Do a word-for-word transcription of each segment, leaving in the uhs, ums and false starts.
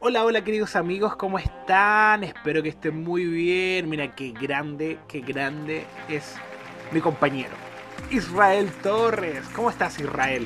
Hola, hola queridos amigos, ¿cómo están? Espero que estén muy bien. Mira qué grande, qué grande es mi compañero Israel Torres. ¿Cómo estás, Israel?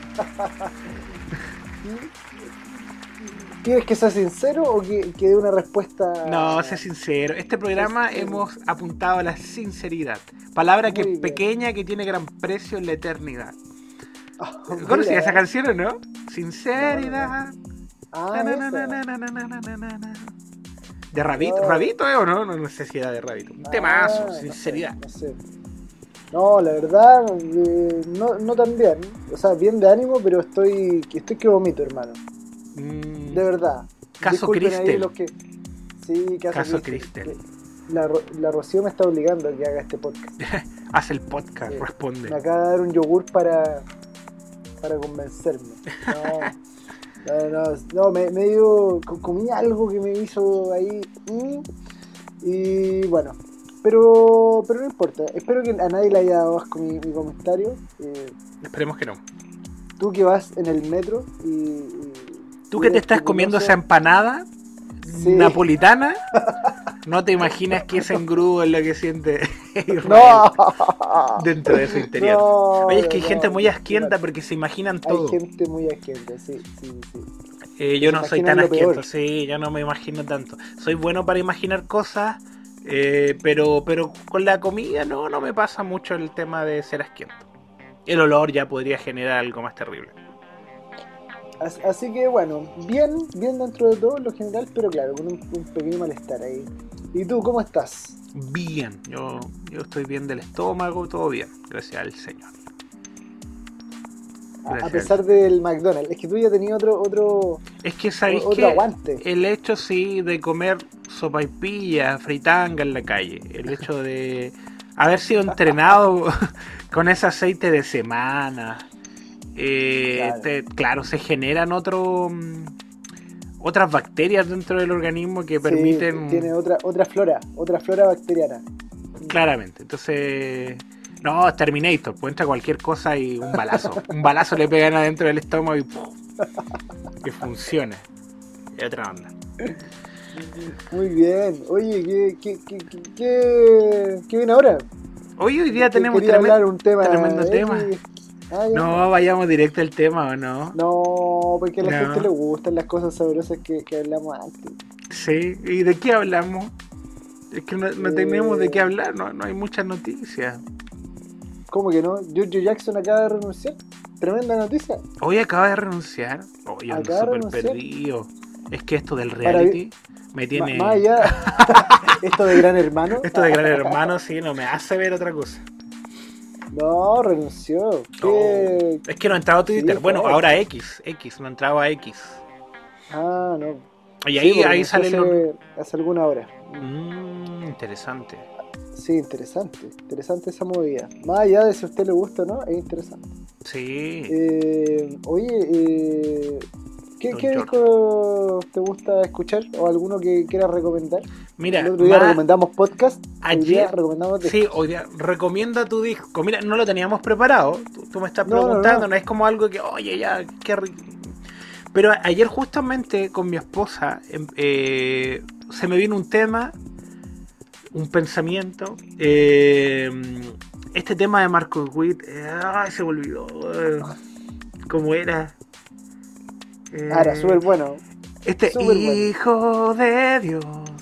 ¿Quieres que sea sincero o que, que dé una respuesta? No, sé sincero. Este programa Es- es- hemos apuntado a la sinceridad. Palabra que Muy bien. pequeña que tiene gran precio en la eternidad. Oh, ¿Conocías esa mira. canción o no? No, no, no. Sinceridad. Na, Ah, na, na, na, esa. na, na, na, na, na, na, na. ¿De Rabito? No. ¿Rabito, eh, o no? No, no sé si era de Rabito. Un temazo, Ah, no sé, sinceridad. no sé. No, la verdad, eh, no, no tan bien. O sea, bien de ánimo, pero estoy, que estoy que vomito, hermano. Mm, De verdad. caso Disculpen ahí Cristel. los que... Sí, caso, Caso Cristel. Cristel. La, Ro- la Rocío me está obligando a que haga este podcast. Haz el podcast, Eh, responde. Me acaba de dar un yogur para, para convencerme. No, no, no, no, me, me dio, co- comí algo que me hizo ahí. mm, y bueno, pero, pero no importa. Espero que a nadie le haya dado asco mi, mi comentario. Eh, Esperemos que no. tú que vas en el metro y, y- Tú y que te eres estás comiendo esa escrupuloso. empanada Sí. napolitana, no te imaginas que ese engrudo es lo que siente Israel No, dentro de su interior. no, Oye, es que hay no, gente no, muy qué- qué asquienta mal. porque se imaginan Hay todo. gente muy asquienta, sí, sí, sí. Eh, Que yo se no soy imaginan tan lo peor. asquiento, sí, yo no me imagino tanto. Soy bueno para imaginar cosas, eh, pero, pero con la comida no, no me pasa mucho el tema de ser asquiento. El olor ya podría generar algo más terrible. As- Así que bueno, bien, bien dentro de todo en lo general, pero claro, con un, un pequeño malestar ahí. ¿Y tú cómo estás? Bien, yo, yo estoy bien del estómago, todo bien, gracias al Señor. A, a Gracias al pesar del McDonald's, es que tú ya tenías otro, otro, Es que o- sabéis otro que aguante. el hecho sí de comer sopaipilla, fritanga en la calle, el hecho de haber sido entrenado con ese aceite de semana, eh, Claro. te- claro, se generan otro, mm, otras bacterias dentro del organismo que Sí, t- tiene permiten, otra, otra flora, otra flora bacteriana. claramente, entonces, no, es Terminator, pues entra cualquier cosa y un balazo, un balazo le pegan adentro del estómago y ¡pum! Que funcione. Y otra onda. Muy bien. Oye, ¿qué, qué, qué, qué, qué- qué viene ahora? Hoy, hoy día Que tenemos quería tremen- hablar un tema tremendo tema. X. Ah, ya. No, vayamos directo al tema, ¿o no? No, porque a la No. gente le gustan las cosas sabrosas que, que hablamos antes. Sí, ¿y de qué hablamos? Es que no, no Eh, tenemos de qué hablar, no, no hay muchas noticias. ¿Cómo que no? Giorgio Jackson acaba de renunciar. Tremenda noticia. Hoy acaba de renunciar. Hoy ando Acaba de súper renunciar. perdido. Es que esto del Para reality me Ma- tiene... Más allá, esto de Gran Hermano. Esto de Gran Hermano, sí, no me hace ver otra cosa. No, renunció. Oh, ¿Qué? es que no ha entrado a Twitter. Sí, Bueno, fue. ahora X. X, no ha entrado a X. Ah, no. Y Sí, ahí, pues ahí renunció salen los... hace, hace alguna hora. Mmm, interesante. Sí, interesante. Interesante esa movida. Más allá de si a usted le gusta o no, es interesante. Sí. Eh, oye, eh, ¿qué, Don qué George. disco te gusta escuchar? ¿O alguno que quieras recomendar? Mira, El otro día ma- recomendamos podcast. Hoy día ayer, recomendamos disco. sí, hoy día recomienda tu disco. Mira, no lo teníamos preparado. Tú, tú me estás No, no, preguntando, no, no. es como algo que, oye, ya, qué ri-". Pero a- ayer justamente con mi esposa em- eh, se me vino un tema, un pensamiento. eh, este tema de Marcos Witt, eh, ay, se me olvidó. eh, ¿Cómo era? Eh, Ahora, súper bueno. este súper bueno. hijo de Dios.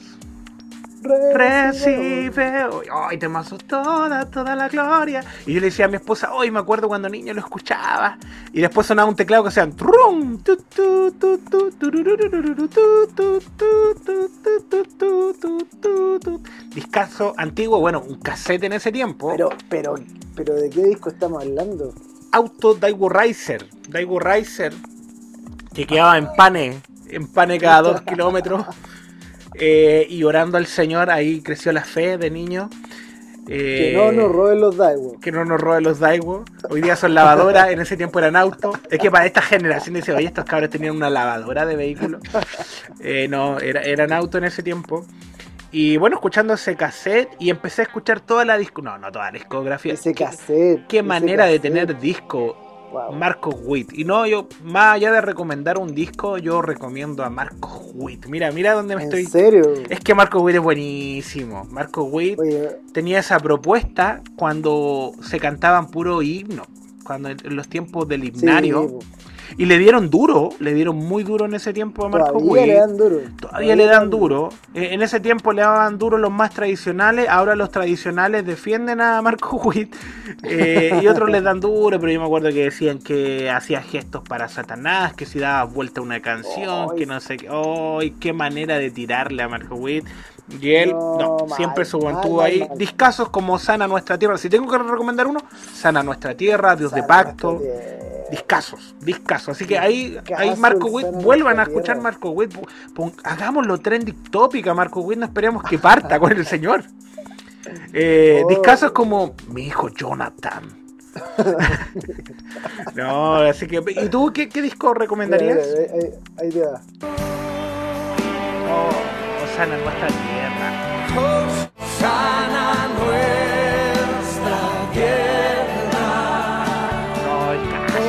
Recibe hoy, ay, te mazo toda, toda la gloria. Y yo le decía a mi esposa, hoy me acuerdo cuando niño lo escuchaba. Y después sonaba un teclado que hacían trum, tu, tu, tu, tu, turururururu, tu, tu, tu, tu, tu, tu, tu, tu, tu, tu. Discazo antiguo, bueno, un cassette en ese tiempo. Pero, pero, pero, ¿de qué disco estamos hablando? Auto Daiwo Riser, Daiwo Riser, que quedaba en pane, en pane cada dos kilómetros. Eh, y orando al Señor, ahí creció la fe de niño. Eh, Que no nos roben los Daiwo. que no nos roben los Daiwo. Hoy día son lavadoras, en ese tiempo eran autos. Es que para esta generación dice, oye, estos cabros tenían una lavadora de vehículos. Eh, no, era, eran autos en ese tiempo. Y bueno, escuchando ese cassette y empecé a escuchar toda la disco. No, no toda la discografía. Ese ¿Qué, cassette. qué ese manera de cassette. tener disco Wow. Marcos Witt. Y no, yo, más allá de recomendar un disco, yo recomiendo a Marcos Witt. Mira, mira dónde me ¿En estoy. serio? Es que Marcos Witt es buenísimo. Marcos Witt Oye, tenía esa propuesta cuando se cantaban puro himno. Cuando en los tiempos del sí, himnario. po. Y le dieron duro, le dieron muy duro en ese tiempo a Marcos Todavía Witt. le dan duro. Todavía le dan duro. Eh, En ese tiempo le daban duro los más tradicionales. Ahora los tradicionales defienden a Marcos Witt. Eh, y otros les dan duro. Pero yo me acuerdo que decían que hacía gestos para Satanás. Que si daba vuelta una canción. Ay. Que no sé qué. ¡Ay! ¡Qué manera de tirarle a Marcos Witt! Y él, no, No, mal, siempre se mantuvo mal, ahí. mal, mal. Discazos como Sana Nuestra Tierra. Si tengo que recomendar uno, Sana Nuestra Tierra, Dios de Sana Pacto. Nuestra Tierra. Discazos, discazos. Así que ahí, Discazo ahí Marco el Witt, Sana vuelvan a Nuestra escuchar Tierra. Marco Witt. Pon- hagámoslo trending topic a Marco Witt, no esperemos que parta con el señor. Eh, Oh. Discazos como mi hijo Jonathan. No, así que. ¿Y tú qué, qué disco Mira, recomendarías? mira, ahí, ahí- ahí te va. Oh, Sana Nuestra Tierra. Sana nuestra tierra, No, el caso.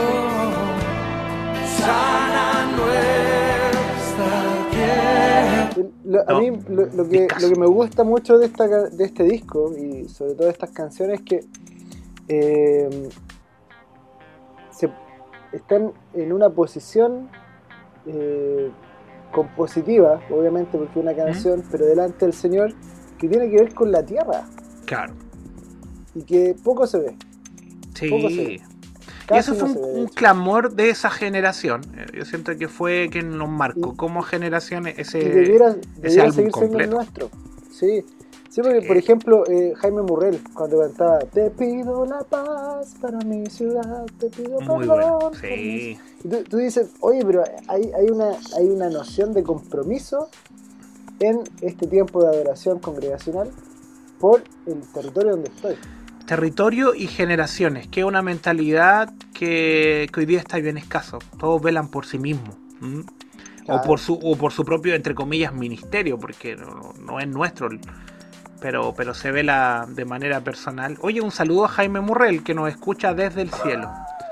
sana nuestra tierra. Lo- a No, mí lo, lo que, discazo. lo que me gusta mucho de, esta, ca- de este disco y sobre todo de estas canciones es que eh, se, están en una posición eh, compositiva, obviamente porque es una canción, pero delante del Señor, que tiene que ver con la tierra Claro. y que poco se ve. Sí. Poco se ve. Y Casi eso fue no un, se ve, de un hecho. clamor de esa generación. Eh, Yo siento que fue quien nos marcó Y- como generación ese, y debiera, ese debiera álbum seguir siendo el completo. nuestro. Sí, sí porque Sí. por ejemplo eh, Jaime Murrell cuando cantaba Te pido la paz para mi ciudad, te pido Muy perdón bueno. por Sí. mis-". Y tú, tú dices, oye, pero hay, hay, una, hay una noción de compromiso en este tiempo de adoración congregacional por el territorio donde estoy. Territorio y generaciones, que es una mentalidad que, que hoy día está bien escaso. Todos velan por sí mismos. ¿m? Claro. O por su o por su propio, entre comillas, ministerio, porque no, no es nuestro, pero, pero se vela de manera personal. Oye, un saludo a Jaime Murrell, que nos escucha desde el cielo.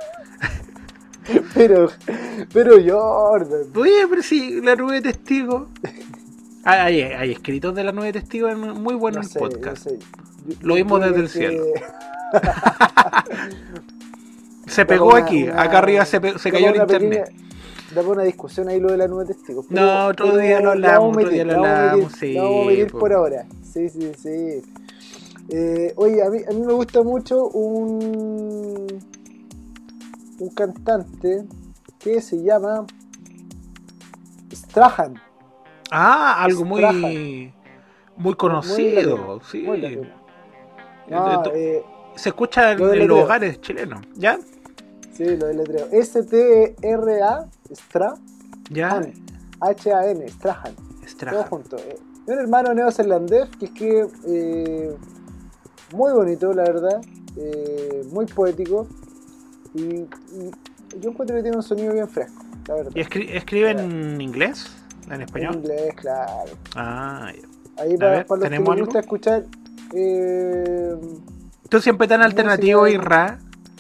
Pero, pero Jordan, Oye, pero sí, la nube de testigo. Hay, hay, hay escritos de la nube de testigo en muy bueno no el sé, podcast. no sé. Yo- Lo yo vimos creo desde el que- cielo. Se Dame pegó una- aquí, una- acá arriba se, pe- se dame cayó el una internet. pequeña- dame una discusión ahí lo de la nube de testigos. No, otro día lo la hablamos, vamos a otro día omitir, lo la vamos a hablamos, omitir, sí, la vamos a omitir po. por ahora. Sí, sí, sí. Eh, oye, a mí, a mí me gusta mucho un, un cantante que se llama Strahan. Ah, algo muy Strahan. muy conocido, latino, sí. muy latino. Eh, No, to- eh, Se escucha en, lo en los deletreo. hogares chilenos, ¿ya? sí, lo deletreo. S T R A Strahan. ¿Ya? H A N, Strahan. Strahan. Todo junto. Eh, un hermano neozelandés que escribe eh, muy bonito, la verdad. Eh, muy poético. Y, y yo encuentro que tiene un sonido bien fresco, la verdad. ¿Y escri- escribe en inglés? ¿En En español? inglés, claro. Ah, ya. Ahí A para, ver, para los que ¿tenemos les gusta algo? escuchar. Eh, Tú siempre tan Música alternativo, de- Irra.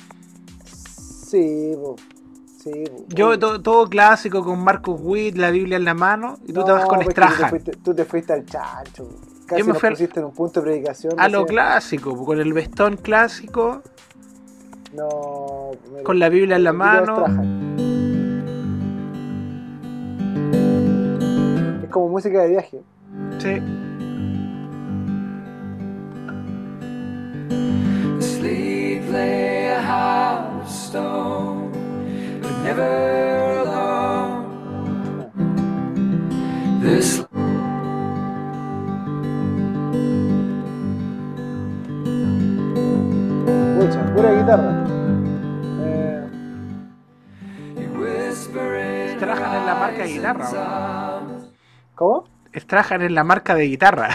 sí, bo, sí. bo. Yo Oye, to- todo clásico con Marcus Witt, la Biblia en la mano, y tú no, te vas con pues que tú te Strahan. fuiste- Tú te fuiste al chancho. Casi Yo me nos fui al- pusiste en un punto de predicación. A lo recién. clásico, con el vestón clásico, No, mira, con la Biblia en la yo quiero mano. Strahan. Es como música de viaje. Sí. Sleep lay a house of stone, but never alone. This Pucha, pura guitarra. Eh, you whisper in Strahan es la marca de guitarra, ¿o no? arms. ¿Cómo? Strahan es la marca de guitarra.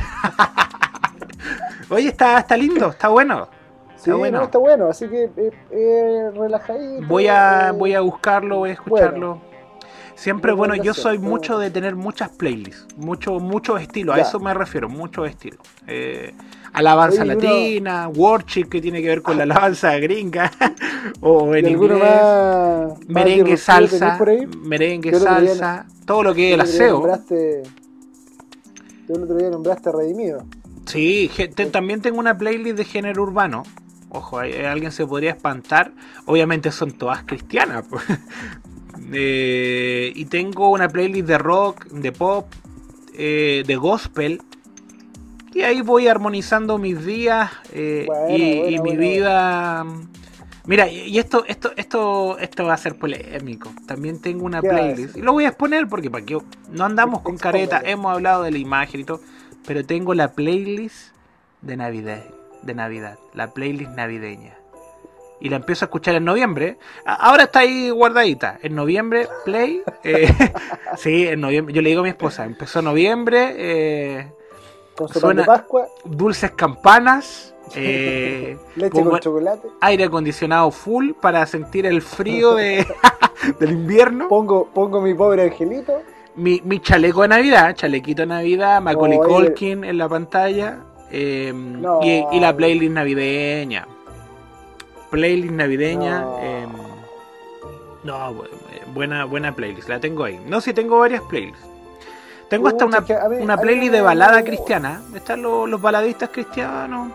Oye, está, está lindo, está bueno. Sí, bueno. no, está bueno, así que eh, eh, relajadito. Voy a, eh, voy a buscarlo, voy a escucharlo. Siempre, bueno, yo recomendación, soy no- mucho de tener muchas playlists, mucho, muchos estilos, a Ya. eso me refiero, muchos estilos. Eh, alabanza Oye, y uno- latina, worship, que tiene que ver con la alabanza gringa, o ¿Y en alguno inglés, más, más merengue, disruptivo tenés salsa, por ahí? merengue, Yo el otro día- salsa, todo lo que es Tú el el otro día aseo. nombraste, tú el otro día nombraste a Redimido. Sí, ge- te- también tengo una playlist de género urbano. Ojo, hay- alguien se podría espantar. Obviamente son todas cristianas. pues. Eh, y tengo una playlist de rock, de pop, eh, de gospel. Y ahí voy armonizando mis días eh, Buena, y, buena, y mi buena, vida. Mira, y y esto, esto, esto, esto va a ser polémico. También tengo una ¿Qué va a playlist. decir? Y lo voy a exponer porque para que no andamos con careta. Expóngalo. Hemos hablado de la imagen y todo. Pero tengo la playlist de Navidad. De Navidad. La playlist navideña. Y la empiezo a escuchar en noviembre. A- Ahora está ahí guardadita. En noviembre, play. eh, sí, en noviembre. Yo le digo a mi esposa, empezó noviembre. eh, Con su pan Suena- de Pascua, dulces campanas. eh, leche pongo con chocolate. aire acondicionado full para sentir el frío de, del invierno. Pongo, pongo mi pobre angelito. Mi, mi chaleco de Navidad, chalequito de Navidad, Macaulay Oye. Culkin en la pantalla. eh, No. y, y la playlist navideña. Playlist navideña. No. eh, no, bu- buena, buena playlist, la tengo ahí. No, sí tengo varias playlists. Tengo hasta Pucha, una, que a mí- una a mí playlist me- de balada me- cristiana. Están los, los baladistas cristianos.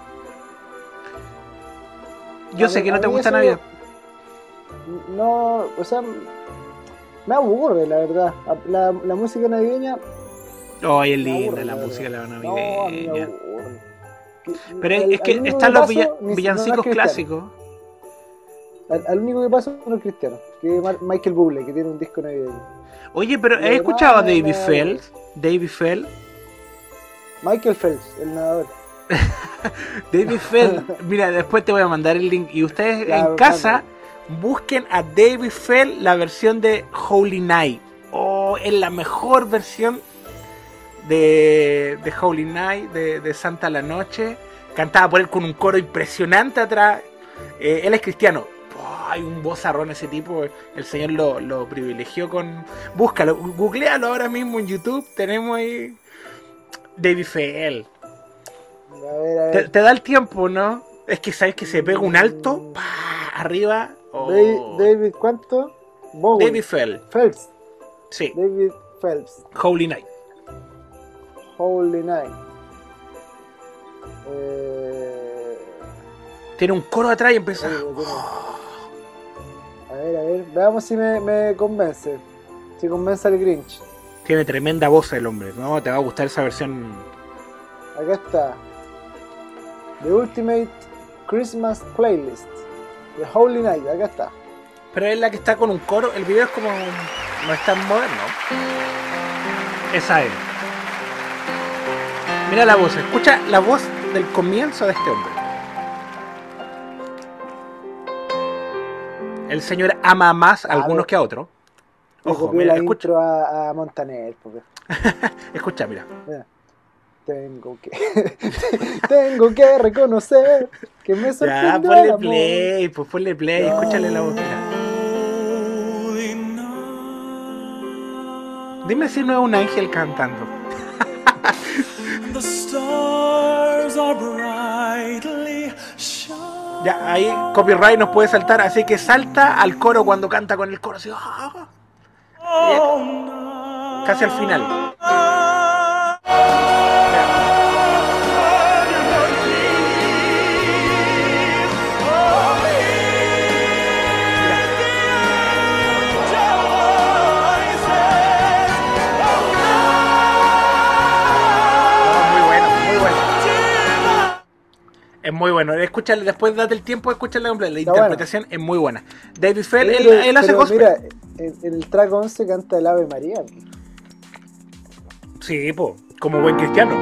Yo A sé mí- que no a te mí gusta eso- Navidad. No, o sea, me aburre, la verdad. La, la música navideña. Oh, es me linda aburre, la verdad. música de la No, a mí me navideña. aburre. Que- Pero al- es que al único están los paso, villa- ni- no es villancicos cristiano. clásicos. Al, al único que paso no es cristiano, que es Mar- Michael Bublé, que tiene un disco navideño. Oye, pero Lo ¿he demás escuchado a me- David me- Phelps? David Phelps. Michael Phelps, el nadador. David Phelps. Mira, después te voy a mandar el link. Y ustedes Ya, en casa busquen a David Phelps la versión de Holy Night. Oh, es la mejor versión de, de Holy Night, de, de Santa la Noche. Cantada por él con un coro impresionante atrás. Eh, él es cristiano. Oh, hay un vozarrón ese tipo. El Señor lo, lo privilegió con... Búscalo, googlealo ahora mismo en YouTube. Tenemos ahí David Phelps. A ver, a Te, ver. te da el tiempo, ¿no? Es que sabes que se pega un alto, ¡pah! Arriba. Oh. David, David, ¿cuánto? Bowie. David Phelps, Phelps. sí, David Phelps. Holy Night. Holy Night. Eh, Tiene un coro atrás y empieza. oye, lo tiene. A ver, a ver. Veamos si me, me convence. Si convence al Grinch. Tiene tremenda voz el hombre, ¿no? Te va a gustar esa versión. Acá está. The Ultimate Christmas Playlist. The Holy Night. Acá está. Pero es la que está con un coro. El video es como. No es tan moderno. Esa es. Mira la voz, escucha la voz del comienzo de este hombre. El señor ama más a Ah, algunos pero- que a otros. Le Ojo, copió mira, la escucha, intro a, a Montaner. Porque, escucha, mira. mira. Tengo que. Tengo que reconocer que me Ya, sorprendió el ponle amor. play, pues ponle play, escúchale la voz. Mira. Dime si no es un ángel cantando. The stars are brightly shining. Ya, ahí copyright nos puede saltar, así que salta al coro cuando canta con el coro. Así, ¡ah! Casi al final. Muy bueno, muy bueno. Es muy bueno. Escúchale, después date el tiempo de escuchar la completa. La Está interpretación es muy buena. David Phelps, él, Pero- él hace pero gospel. mira, en, en el track once canta el Ave María. Sí, po, como buen cristiano.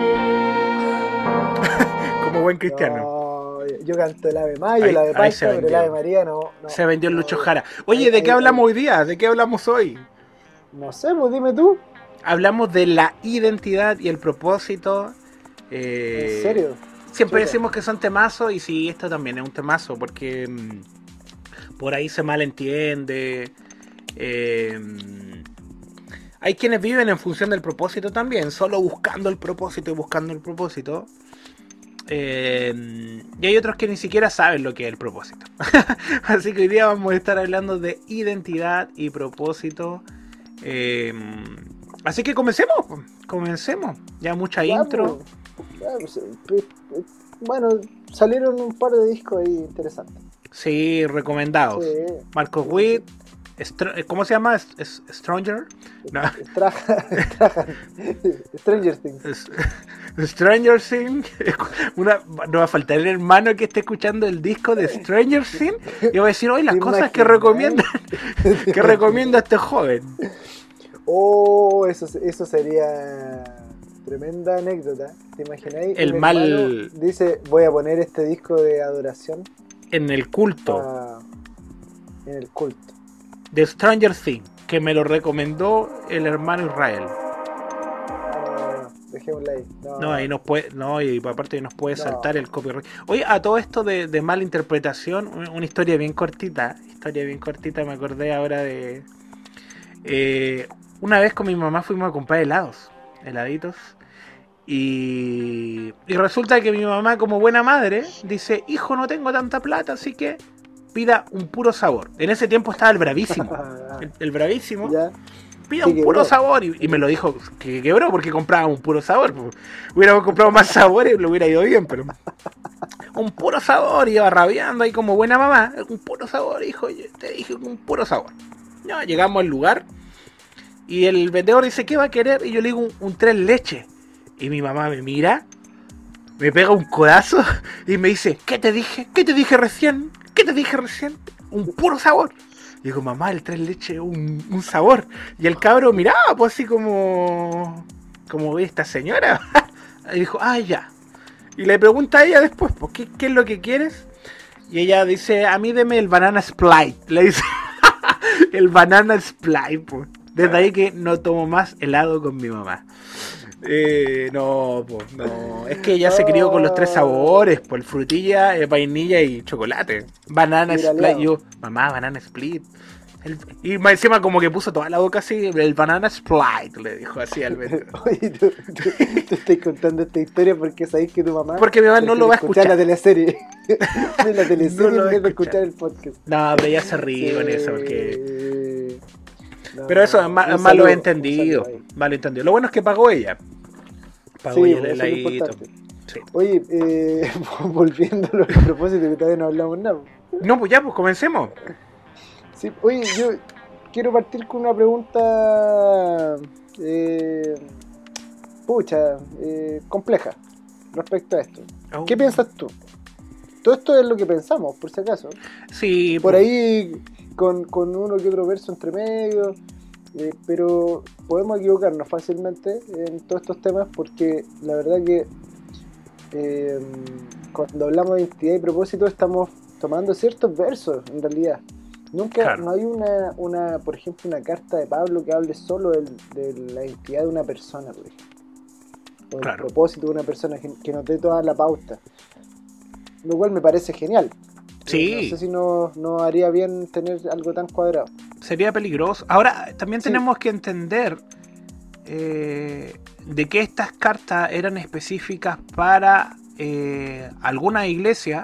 Como buen cristiano. No, yo canto el Ave Mayo, Ahí- el Ave ahí Pascua, se pero el vendió. Ave María no. no Se vendió el no, Lucho Jara. Oye, ahí- ¿de qué ahí- hablamos ahí- hoy día? ¿De qué hablamos hoy? No sé, pues dime tú. Hablamos de la identidad y el propósito. eh, ¿En serio? Siempre Chuta. decimos que son temazos y sí, esto también es un temazo porque mm, por ahí se malentiende. eh, hay quienes viven en función del propósito también, solo buscando el propósito y buscando el propósito. Eh, y hay otros que ni siquiera saben lo que es el propósito. Así que hoy día vamos a estar hablando de identidad y propósito. Eh, así que comencemos, comencemos. Ya mucha Ya, intro. pues, ya, pues, eh, pues, eh, bueno, salieron un par de discos ahí interesantes. Sí, recomendados. Sí. Marcos Witt. Str- ¿Cómo se llama? ¿Es- es- ¿Stranger? No. Strahan, Strahan. Stranger Things. Es- Stranger Things. Una, no va a faltar el hermano que esté escuchando el disco de Stranger Things y va a decir, hoy las ¿Te cosas que imaginas? recomienda que recomienda este joven. Oh, eso, eso sería tremenda anécdota. ¿Te imagináis? El Un mal- hermano dice, voy a poner este disco de adoración En el culto ah, en el culto. de Stranger Things, que me lo recomendó el hermano Israel. Ah, dejémosla ahí. No, No, ahí nos puede, no, y aparte nos puede No. saltar el copyright. Oye, a todo esto de, de mala interpretación, una una historia bien cortita, historia bien cortita, me acordé ahora de eh, una vez con mi mamá fuimos a comprar helados, heladitos, y, y resulta que mi mamá, como buena madre, dice, hijo, no tengo tanta plata, así que pida un puro sabor. En ese tiempo estaba el bravísimo, el, el bravísimo. Ya. Pida Sí, un quebró. puro sabor y, y me lo dijo que quebró porque compraba un puro sabor. Pues. Hubiéramos comprado más sabor y lo hubiera ido bien, pero un puro sabor, iba rabiando ahí como buena mamá. Un puro sabor, hijo, yo te dije un puro sabor. No, llegamos al lugar y el vendedor dice, ¿qué va a querer? Y yo le digo un, un tres leche. Y mi mamá me mira, me pega un codazo y me dice, ¿qué te dije? ¿Qué te dije recién? ¿Qué te dije recién? Un puro sabor. Y digo, mamá, el tres leche un, un sabor. Y el cabro miraba, pues así como... Como ve esta señora. Y dijo, ah, ya. Y le pregunta a ella después, pues, ¿qué, qué es lo que quieres? Y ella dice, a mí deme el banana Sprite. Le dice, el banana Sprite, pues. Desde ahí que no tomo más helado con mi mamá. Eh, no, pues, no. Es que ella se crió con los tres sabores, por frutilla, eh, vainilla y chocolate. Banana Mira, split. Leo. Yo, mamá, banana split. El- y más encima como que puso toda la boca así, el banana split, le dijo así al vendedor. Oye, tú, tú, tú estás contando esta historia porque sabéis que tu mamá... Porque mi mamá no lo va a escuchar. la teleserie. De la teleserie No lo va a en vez de escuchar. escuchar el podcast. No, pero ella se ríe Sí. con eso, porque... No, Pero eso es ma- un es malo saludo, entendido, un saludo ahí. malo entendido. Lo bueno es que pagó ella. Pagó Sí, ella el eso es lo heladito. importante. Sí. Oye, eh, volviendo a los propósitos que todavía no hablamos nada. No, pues ya, pues comencemos. Sí, oye, yo quiero partir con una pregunta eh, pucha, eh, compleja respecto a esto. Oh. ¿Qué piensas tú? Todo esto es lo que pensamos, por si acaso. Sí, Por pues, ahí con, con uno que otro verso entre medio, eh, pero podemos equivocarnos fácilmente en todos estos temas porque la verdad que eh, cuando hablamos de identidad y propósito estamos tomando ciertos versos en realidad. Nunca, Claro. no hay una, una, por ejemplo, una carta de Pablo que hable solo del- de la identidad de una persona, por ejemplo. O del Claro. propósito de una persona que, que nos dé toda la pauta. Lo cual me parece genial. Sí. Eh, No sé si no, no haría bien tener algo tan cuadrado. sería peligroso. Ahora, también Sí. tenemos que entender eh, de que estas cartas eran específicas para eh, alguna iglesia,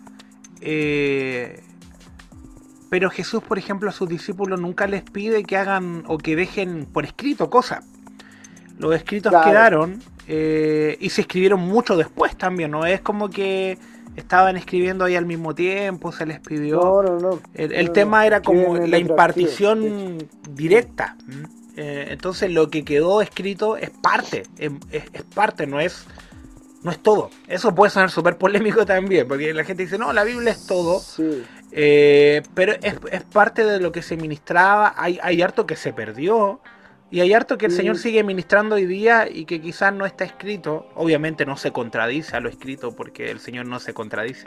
eh, pero Jesús, por ejemplo, a sus discípulos nunca les pide que hagan o que dejen por escrito cosas. Los escritos Claro. quedaron eh, y se escribieron mucho después también, ¿no? Es como que estaban escribiendo ahí al mismo tiempo, se les pidió... No, no, no. El, el No, tema no, era escriben como en la retroactivo, impartición de hecho. directa. ¿m? Eh, entonces lo que quedó escrito es parte, es, es- es parte, no es, no es todo. Eso puede sonar súper polémico también, porque la gente dice, no, la Biblia es todo, Sí. eh, pero es, es parte de lo que se ministraba. Hay, hay harto que se perdió y hay harto que el Mm. Señor sigue ministrando hoy día y que quizás no está escrito. Obviamente no se contradice a lo escrito porque el Señor no se contradice.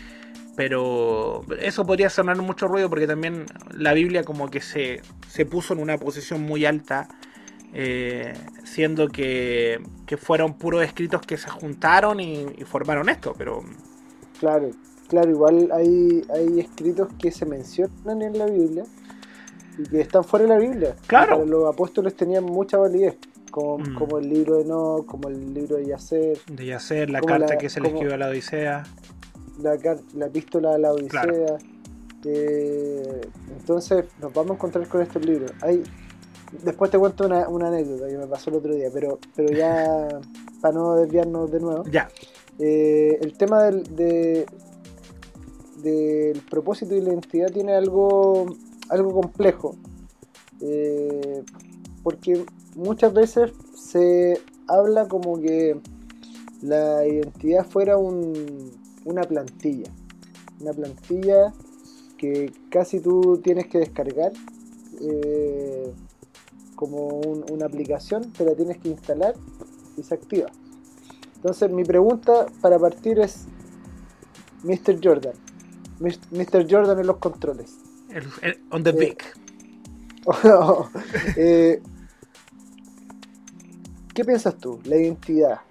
Pero eso podría sonar mucho ruido porque también la Biblia como que se, se puso en una posición muy alta, eh, siendo que, que fueron puros escritos que se juntaron y, y formaron esto, pero Claro, claro, igual hay, hay escritos que se mencionan en la Biblia y que están fuera de la Biblia. Claro. Para los apóstoles tenían mucha validez, como, Mm. como el libro de Enoch, como el libro de Yacer, De Yacer, la Como carta la- que se le como- escribió a la Odisea. la, car- la epístola a la Odisea. Claro. Eh, entonces nos vamos a encontrar con estos libros. Hay, después te cuento una, una anécdota que me pasó el otro día, pero, pero ya para no desviarnos de nuevo. Ya. Eh, el tema del, de, del propósito y la identidad tiene algo, algo complejo, eh, porque muchas veces se habla como que la identidad fuera un, una plantilla, una plantilla que casi tú tienes que descargar eh, como un- una aplicación, te la tienes que instalar y se activa. Entonces mi pregunta para partir es mister Jordan, mister Jordan en los controles. El, el- on the Eh, Vic. Eh, ¿qué piensas tú? La identidad.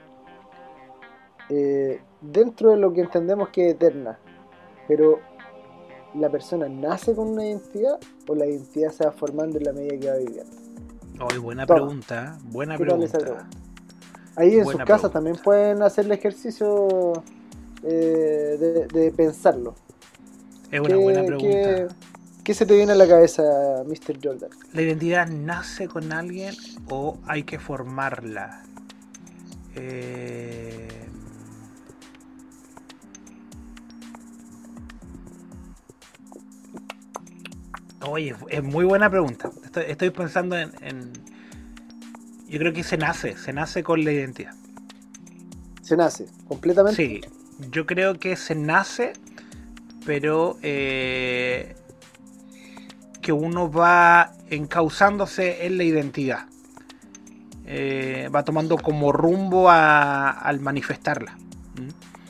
Eh, dentro de lo que entendemos que es eterna, pero ¿la persona nace con una identidad o la identidad se va formando en la medida que va viviendo? Oh, buena Toma. pregunta. Buena ¿Qué tal esa pregunta. pregunta? Ahí en Buena sus casas pregunta. también pueden hacer el ejercicio eh, de, de pensarlo. Es una buena pregunta. qué- qué se te viene a la cabeza, mister Jordan? ¿La identidad nace con alguien o hay que formarla? Eh... Oye, es muy buena pregunta. Estoy, estoy pensando en, en- Yo creo que se nace, se nace con la identidad. Se nace completamente. Sí, yo creo que se nace, pero eh, que uno va encauzándose en la identidad. Eh, va tomando como rumbo a- al manifestarla. ¿Mm?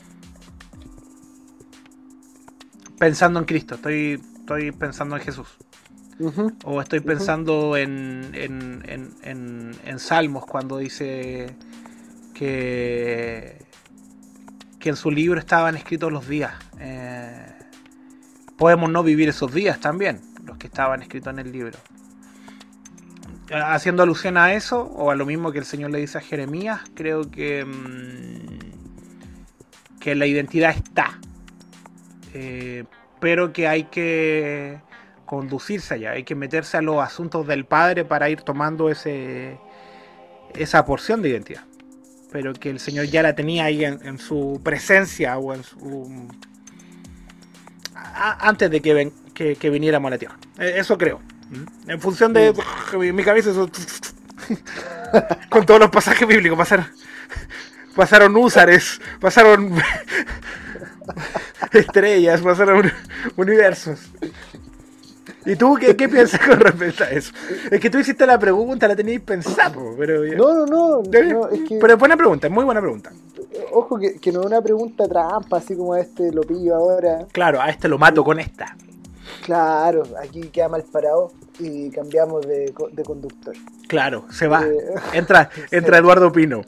Pensando en Cristo, estoy, estoy pensando en Jesús. Ujú. O estoy Ujú. pensando en, en, en, en, en Salmos cuando dice que, que en su libro estaban escritos los días. Eh, podemos no vivir esos días también, los que estaban escritos en el libro. Haciendo alusión a eso, o a lo mismo que el Señor le dice a Jeremías, creo que, mmm, que la identidad está. Eh, pero que hay que conducirse allá, hay que meterse a los asuntos del Padre para ir tomando ese esa porción de identidad, pero que el Señor ya la tenía ahí en, en su presencia o en su a, antes de que, ven, que, que viniéramos a la tierra. Eso creo. En función de mi, mi cabeza eso, con todos los pasajes bíblicos pasaron pasaron húsares, pasaron estrellas, pasaron universos. ¿Y tú qué, qué piensas con respecto a eso? Es que tú hiciste la pregunta, la tenías pensado, pero... No, no, no, no, es que, Pero es buena pregunta, es muy buena pregunta. ojo, que, que no es una pregunta trampa, así como este lo pillo ahora. Claro, a este lo mato con esta. Claro, aquí queda mal parado y cambiamos de, co- de conductor. Claro, se va. Eh, Entra, entra Eduardo Pino.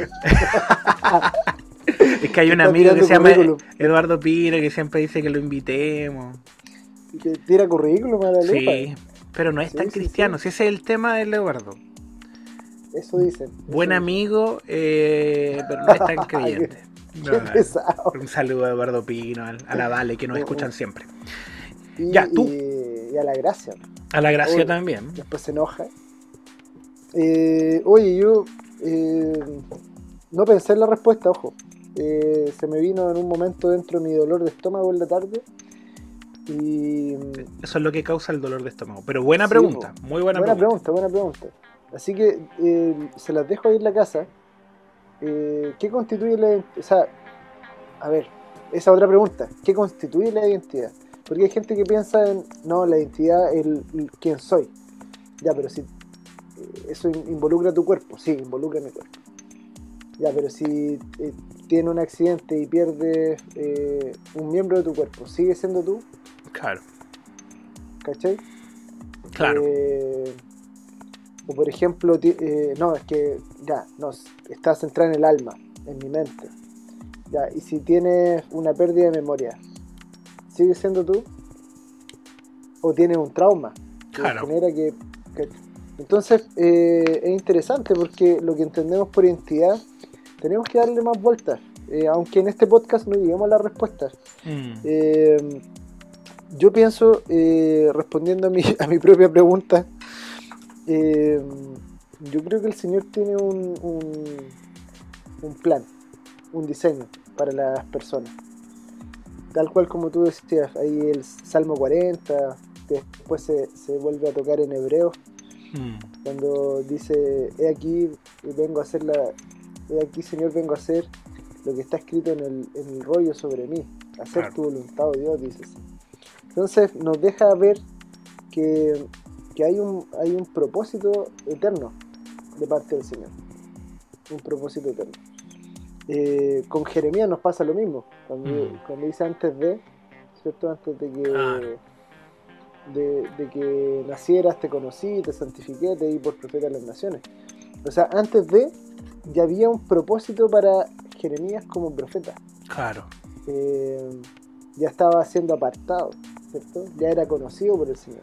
Es que hay un Está amigo que tirando se llama currículum. Eduardo Pino que siempre dice que lo invitemos. Que tira currículum a la lupa. Sí, pero no es Sí, tan sí, cristiano. sí. Si ese es el tema del Eduardo. Eso dicen. eso Buen dicen. amigo, eh, pero no es tan creyente. Qué No, pesado. un saludo a Eduardo Pino, al- a la Vale, que nos escuchan siempre. Y, Ya, tú. Y, y a la gracia. A la Gracia Oye. también. Después se enoja. Eh, oye, yo eh, no pensé en la respuesta, ojo. Eh, se me vino en un momento dentro de mi dolor de estómago en la tarde. Y Eso es lo que causa el dolor de estómago. Pero buena Sí, pregunta, po. muy buena, buena pregunta. pregunta, buena pregunta. Así que eh, se las dejo ahí en la casa. Eh, ¿Qué constituye la identidad? O sea, a ver, esa otra pregunta. ¿Qué constituye la identidad? Porque hay gente que piensa en, no, la identidad es el, el quién soy. Ya, pero si eh, eso in- involucra tu cuerpo, sí, involucra mi cuerpo. Ya, pero si eh, tiene un accidente y pierdes eh, un miembro de tu cuerpo, ¿sigue siendo tú? Claro, ¿Cachai? claro. Eh, o por ejemplo, ti- eh, no, es que ya, no, está centrada en el alma, en mi mente. Ya, y si tienes una pérdida de memoria, ¿sigue siendo tú? ¿O tienes un trauma? que Claro. genera que, que- entonces eh, es interesante porque lo que entendemos por identidad tenemos que darle más vueltas, eh, aunque en este podcast no lleguemos a las respuestas. Mm. Eh, yo pienso, eh, respondiendo a mi, a mi propia pregunta, eh, yo creo que el Señor tiene un, un, un plan, un diseño para las personas. Tal cual como tú decías, ahí el Salmo cuarenta, que después se, se vuelve a tocar en Hebreos, Mm. cuando dice, he aquí, vengo a hacer la, he aquí Señor, vengo a hacer lo que está escrito en el, en el rollo sobre mí, hacer Claro. tu voluntad, oh Dios, dices. Entonces nos deja ver que, que hay un hay un propósito eterno de parte del Señor, un propósito eterno. Eh, con Jeremías nos pasa lo mismo, cuando, Mm. cuando dice antes de, ¿cierto? Antes de que Claro. de, de que nacieras te conocí, te santifiqué, te di por profeta a las naciones. O sea, antes de ya había un propósito para Jeremías como profeta. Claro. Eh, ya estaba siendo apartado, ¿cierto? Ya era conocido por el Señor.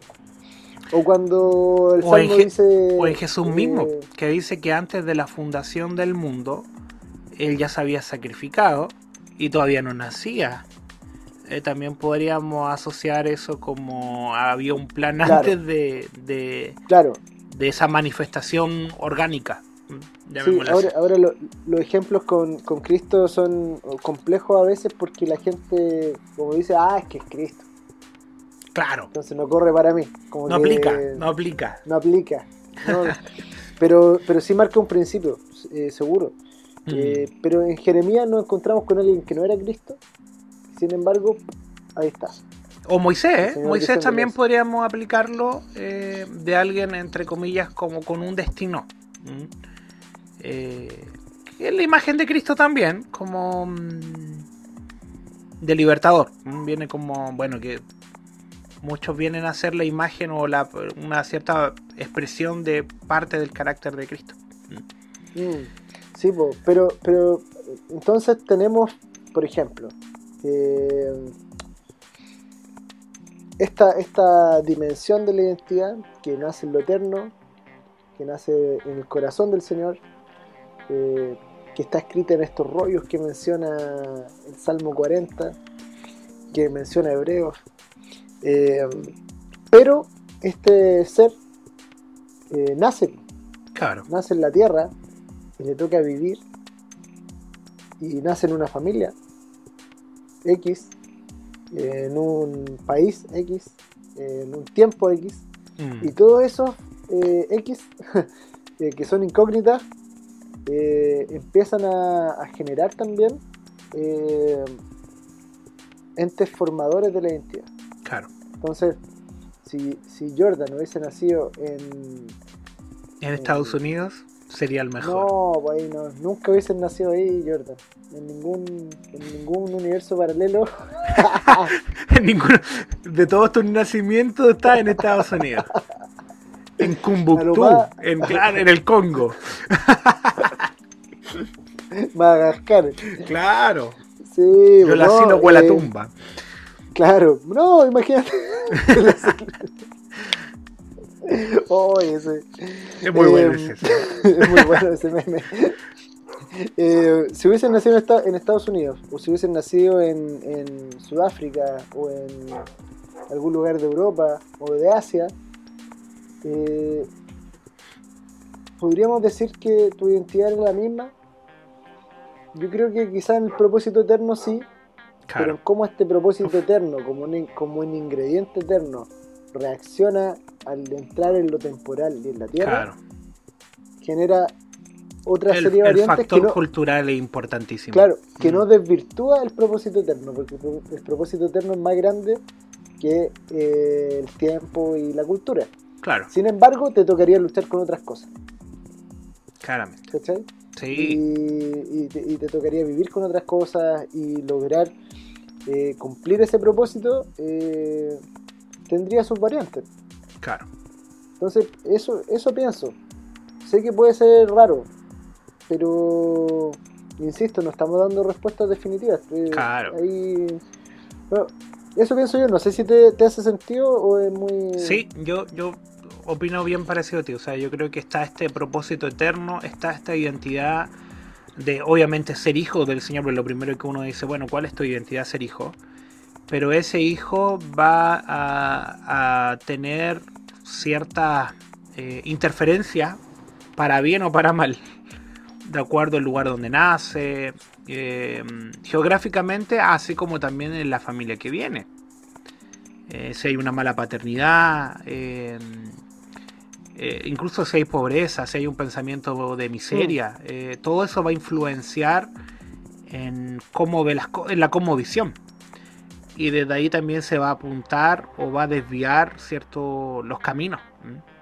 O cuando el O en, Salmo Je- dice... o en Jesús eh, mismo, que dice que antes de la fundación del mundo, él ya se había sacrificado y todavía no nacía. Eh, también podríamos asociar eso como había un plan Claro. antes de, de, Claro, de esa manifestación orgánica. Mm, sí, llamémosla ahora, así. ahora lo- los ejemplos con, con Cristo son complejos a veces porque la gente, como dice, ah, es que es Cristo, Claro, entonces no corre para mí. Como no que aplica, no aplica. no aplica. No, pero, pero sí marca un principio, eh, seguro. Mm. Eh, pero en Jeremías nos encontramos con alguien que no era Cristo. Sin embargo, ahí está. O Moisés, El ¿eh? Señor Moisés diciéndole también eso. podríamos aplicarlo eh, de alguien, entre comillas, como con un destino. ¿Mm? Eh, que es la imagen de Cristo también, como mm, de libertador. ¿Mm? Viene como, bueno, que muchos vienen a hacer la imagen o la, una cierta expresión de parte del carácter de Cristo. ¿Mm? Mm, sí, po, pero, pero entonces tenemos, por ejemplo, eh, esta, esta dimensión de la identidad que nace en lo eterno, que nace en el corazón del Señor, eh, que está escrita en estos rollos que menciona el Salmo cuarenta, que menciona Hebreos. Eh, pero este ser eh, nace, Claro, nace en la tierra y le toca vivir y nace en una familia X, eh, en un país X, eh, en un tiempo X, mm, y todo eso eh, X eh, que son incógnitas eh, empiezan a, a generar también eh, entes formadores de la identidad. claro. Entonces, si, si Jordan hubiese nacido en... En Estados Unidos sería el mejor. No, pues ahí no, nunca hubiesen nacido ahí Jordan. En ningún, en ningún universo paralelo. Ninguno de todos tus nacimientos está en Estados Unidos. En A Kumbuktú, lo más- en, claro, en el Congo. Madagascar. Claro. Sí, Yo la no, asilo huele a eh, tumba. Claro, no, imagínate. Oh, ese. Es muy bueno Eh, ese. Es muy bueno ese meme. Eh, si hubiesen nacido en, esta- en Estados Unidos, o si hubiesen nacido en, en Sudáfrica, o en algún lugar de Europa, o de Asia, eh, podríamos decir que tu identidad es la misma. Yo creo que quizás en el propósito eterno sí, pero en Claro. cómo este propósito eterno, como un, como un ingrediente eterno, reacciona al entrar en lo temporal y en la tierra, Claro. genera otra El, serie de el variantes factor que no, cultural es importantísimo. claro, que Mm. no desvirtúa el propósito eterno, porque el pro- el propósito eterno es más grande que eh, el tiempo y la cultura. Claro, Sin embargo, te tocaría luchar con otras cosas, claramente. ¿cachai? Sí, Y, y te, y te tocaría vivir con otras cosas y lograr eh, cumplir ese propósito, eh, tendría sus variantes. claro. Entonces, eso, eso pienso. Sé que puede ser raro, pero insisto, no estamos dando respuestas definitivas. Eh, Claro. Ahí, bueno, Eso pienso yo, no sé si te, te hace sentido o es muy... Sí, yo, yo opino bien parecido a ti. O sea, yo creo que está este propósito eterno, está esta identidad de, obviamente, ser hijo del Señor, pero lo primero que uno dice, bueno, ¿cuál es tu identidad? Ser hijo. Pero ese hijo va a, a tener cierta eh, interferencia, para bien o para mal, de acuerdo al lugar donde nace, eh, geográficamente, así como también en la familia que viene. Eh, si hay una mala paternidad, eh, eh, incluso si hay pobreza, si hay un pensamiento de miseria, eh, todo eso va a influenciar en cómo ve las co- en la cosmovisión. Y desde ahí también se va a apuntar o va a desviar cierto los caminos. ¿Mm?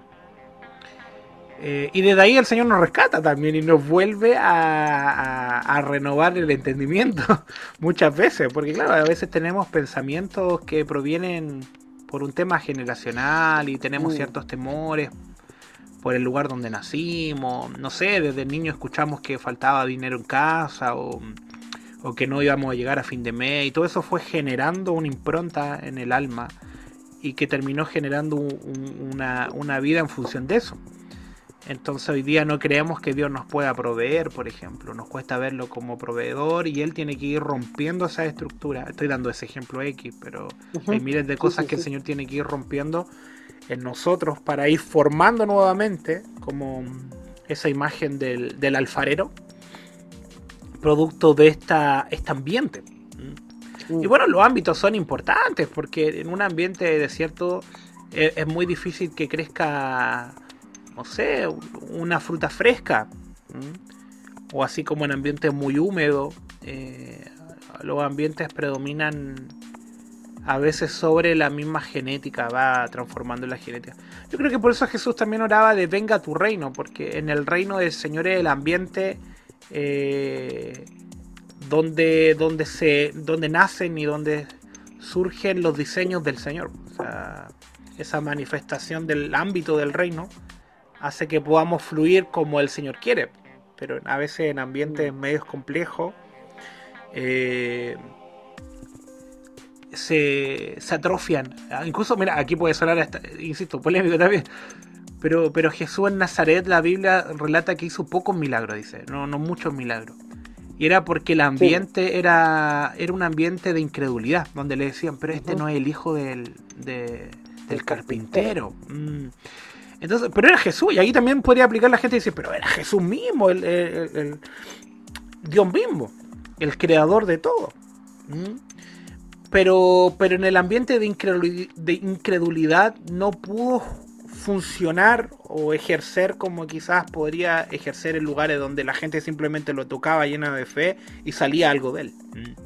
Eh, y desde ahí el Señor nos rescata también y nos vuelve a, a, a renovar el entendimiento muchas veces, porque claro, a veces tenemos pensamientos que provienen por un tema generacional y tenemos Mm. ciertos temores por el lugar donde nacimos, no sé, desde niño escuchamos que faltaba dinero en casa o, o que no íbamos a llegar a fin de mes y todo eso fue generando una impronta en el alma y que terminó generando un, un, una, una vida en función de eso. Entonces hoy día no creemos que Dios nos pueda proveer, por ejemplo. Nos cuesta verlo como proveedor y Él tiene que ir rompiendo esa estructura. Estoy dando ese ejemplo X, pero Ujú. hay miles de Sí, cosas sí, que el sí. Señor tiene que ir rompiendo en nosotros para ir formando nuevamente como esa imagen del, del alfarero, producto de esta, este ambiente. Mm. Y bueno, los ámbitos son importantes porque en un ambiente de desierto es, es muy difícil que crezca, no sé, una fruta fresca. ¿Mm? O así como en ambientes muy húmedos, eh, los ambientes predominan a veces sobre la misma genética, va transformando la genética. Yo creo que por eso Jesús también oraba de venga tu reino, porque en el reino del Señor es el ambiente eh, donde, donde, se, donde nacen y donde surgen los diseños del Señor. O sea, esa manifestación del ámbito del reino hace que podamos fluir como el Señor quiere, pero a veces en ambientes medios complejos eh, se, se atrofian. Incluso, mira, aquí puede sonar, hasta, insisto, polémico también, pero, pero Jesús en Nazaret, la Biblia relata que hizo pocos milagros, dice, no, no muchos milagros. Y era porque el ambiente sí. era, era un ambiente de incredulidad, donde le decían, pero este uh-huh. no es el hijo del, de, del el carpintero. carpintero. Mm. Entonces, pero era Jesús, y ahí también podría aplicar la gente y decir, pero era Jesús mismo, el, el, el, el Dios mismo, el creador de todo. ¿Mm? Pero, pero en el ambiente de incredulidad, de incredulidad no pudo funcionar o ejercer como quizás podría ejercer en lugares donde la gente simplemente lo tocaba llena de fe y salía algo de él. ¿Mm?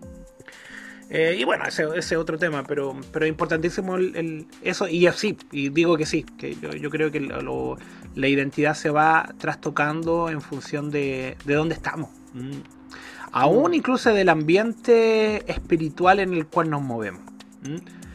Eh, y bueno, ese es otro tema, pero pero importantísimo el, el, eso, y así, y digo que sí, que yo, yo creo que lo, lo, la identidad se va trastocando en función de, de dónde estamos. ¿Mm? Aún incluso del ambiente espiritual en el cual nos movemos. ¿Mm?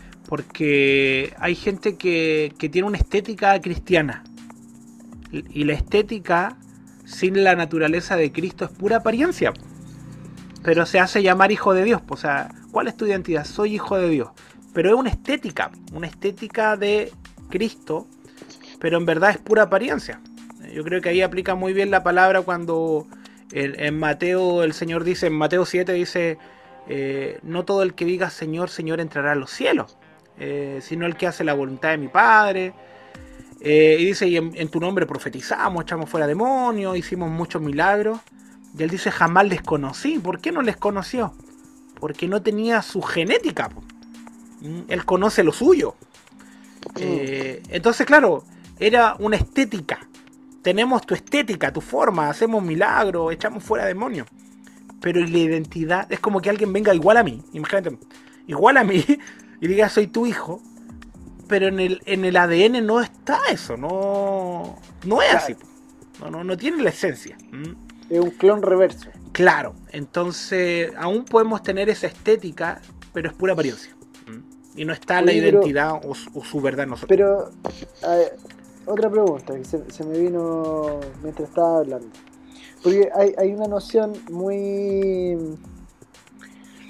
Porque hay gente que, que tiene una estética cristiana, y la estética sin la naturaleza de Cristo es pura apariencia, pero se hace llamar hijo de Dios. O sea, ¿cuál es tu identidad? Soy hijo de Dios. Pero es una estética, una estética de Cristo, pero en verdad es pura apariencia. Yo creo que ahí aplica muy bien la palabra cuando en, en Mateo, el Señor dice, en Mateo siete dice, eh, no todo el que diga Señor, Señor entrará a los cielos, eh, sino el que hace la voluntad de mi Padre. Eh, y dice, y en, en tu nombre profetizamos, echamos fuera demonios, hicimos muchos milagros. Y él dice, jamás les conocí. ¿Por qué no les conoció? Porque no tenía su genética. Él conoce lo suyo. Mm. Eh, entonces, claro, era una estética. Tenemos tu estética, tu forma, hacemos milagros, echamos fuera demonios. Pero la identidad es como que alguien venga igual a mí. Imagínate, igual a mí y diga, soy tu hijo. Pero en el, en el A D N no está eso. No, no es así. No, no, no tiene la esencia. ¿Mm? Es un clon reverso. Claro, entonces aún podemos tener esa estética, pero es pura apariencia. ¿Mm? Y no está Oye, la identidad pero, o, o su verdad en nosotros. Pero, eh, otra pregunta que se, se me vino mientras estaba hablando. Porque hay, hay una noción muy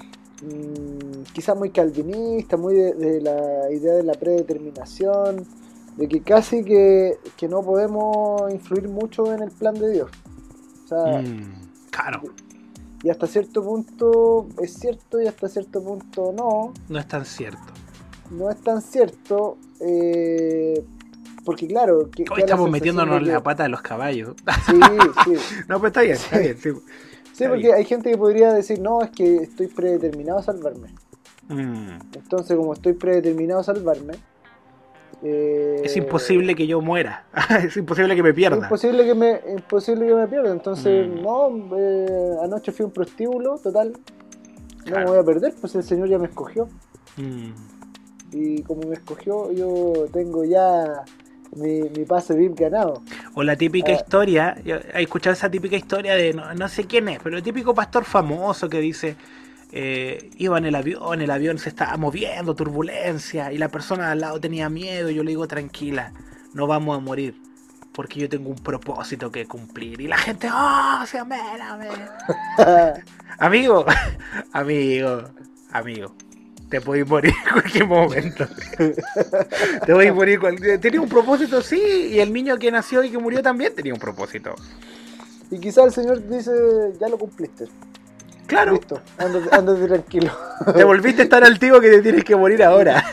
mmm, quizás muy calvinista, muy de, de la idea de la predeterminación, de que casi que, que no podemos influir mucho en el plan de Dios. O sea, Mm, claro. y hasta cierto punto es cierto y hasta cierto punto no. No es tan cierto. No es tan cierto, eh, porque claro... Que, Hoy estamos metiéndonos en la pata de los caballos. Sí, sí. No, pues está bien, está Sí. bien. Sí, Sí, está porque bien. hay gente que podría decir, no, es que estoy predeterminado a salvarme. Mm. Entonces, como estoy predeterminado a salvarme... eh, Es imposible que yo muera. Es imposible que me es pierda. imposible que me, imposible que me pierda. Entonces, Mm. no, eh, anoche fui a un prostíbulo, total, no Claro. me voy a perder, pues el Señor ya me escogió. Mm. Y como me escogió, yo tengo ya mi, mi pase V I P ganado. O la típica Ah. historia, yo he escuchado esa típica historia de no, no sé quién es, pero el típico pastor famoso que dice, eh, iba en el avión, el avión se estaba moviendo, turbulencia, y la persona de al lado tenía miedo, y yo le digo, tranquila, no vamos a morir, porque yo tengo un propósito que cumplir. Y la gente, oh, se amén, amén. Amigo, amigo, amigo. Te podéis morir en cualquier momento. Te podéis morir. Cual... Tenía un propósito, sí. Y el niño que nació y que murió también tenía un propósito. Y quizás el Señor dice, ya lo cumpliste. Claro. Listo, ándate, ándate tranquilo. Te volviste a estar altivo que te tienes que morir ahora.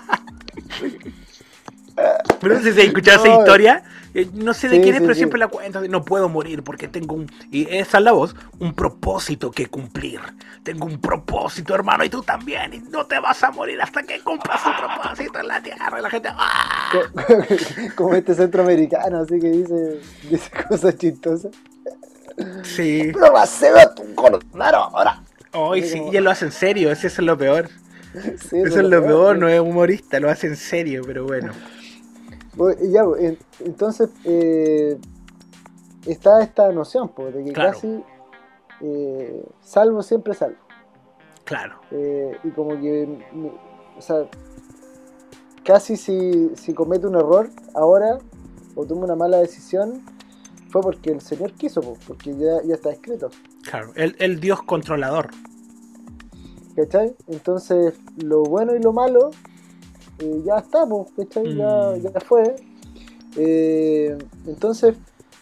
Pero no sé si has escuchado No, esa historia. Eh, No sé de sí, quién es, sí, pero sí. siempre la cuento. No puedo morir porque tengo un... Y esa es la voz. Un propósito que cumplir. Tengo un propósito, hermano, y tú también. Y no te vas a morir hasta que cumplas tu propósito en la tierra. Y la gente... ¡ah! Co- Como este centroamericano, así que dice, dice cosas chistosas. Sí. Pero va a ser a tu cordero ahora. Ay, sí, y él lo hace en serio, ese es lo peor. Sí, Eso es lo peor, no es humorista, lo hace en serio, pero bueno. Bueno, y ya, en- entonces eh, está esta noción, pues, de que Claro. casi eh, salvo siempre salvo. Claro. Eh, y como que, me- o sea, casi si, si comete un error ahora o toma una mala decisión, fue porque el Señor quiso, pues, porque ya, ya está escrito. Claro, el, el Dios controlador. ¿Cachai? Entonces, lo bueno y lo malo eh, ya está, pues, ¿cachai? Ya, Mm. ya fue. Eh, entonces,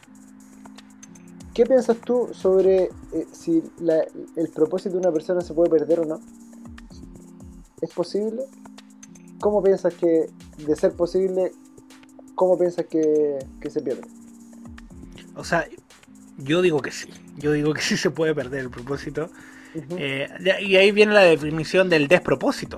¿qué piensas tú sobre eh, si la- el propósito de una persona se puede perder o no? ¿Es posible? ¿Cómo piensas que, de ser posible, cómo piensas que, que se pierde? O sea, yo digo que sí. Yo digo que sí se puede perder el propósito. Ujú. Eh, ya- y ahí viene la definición del despropósito.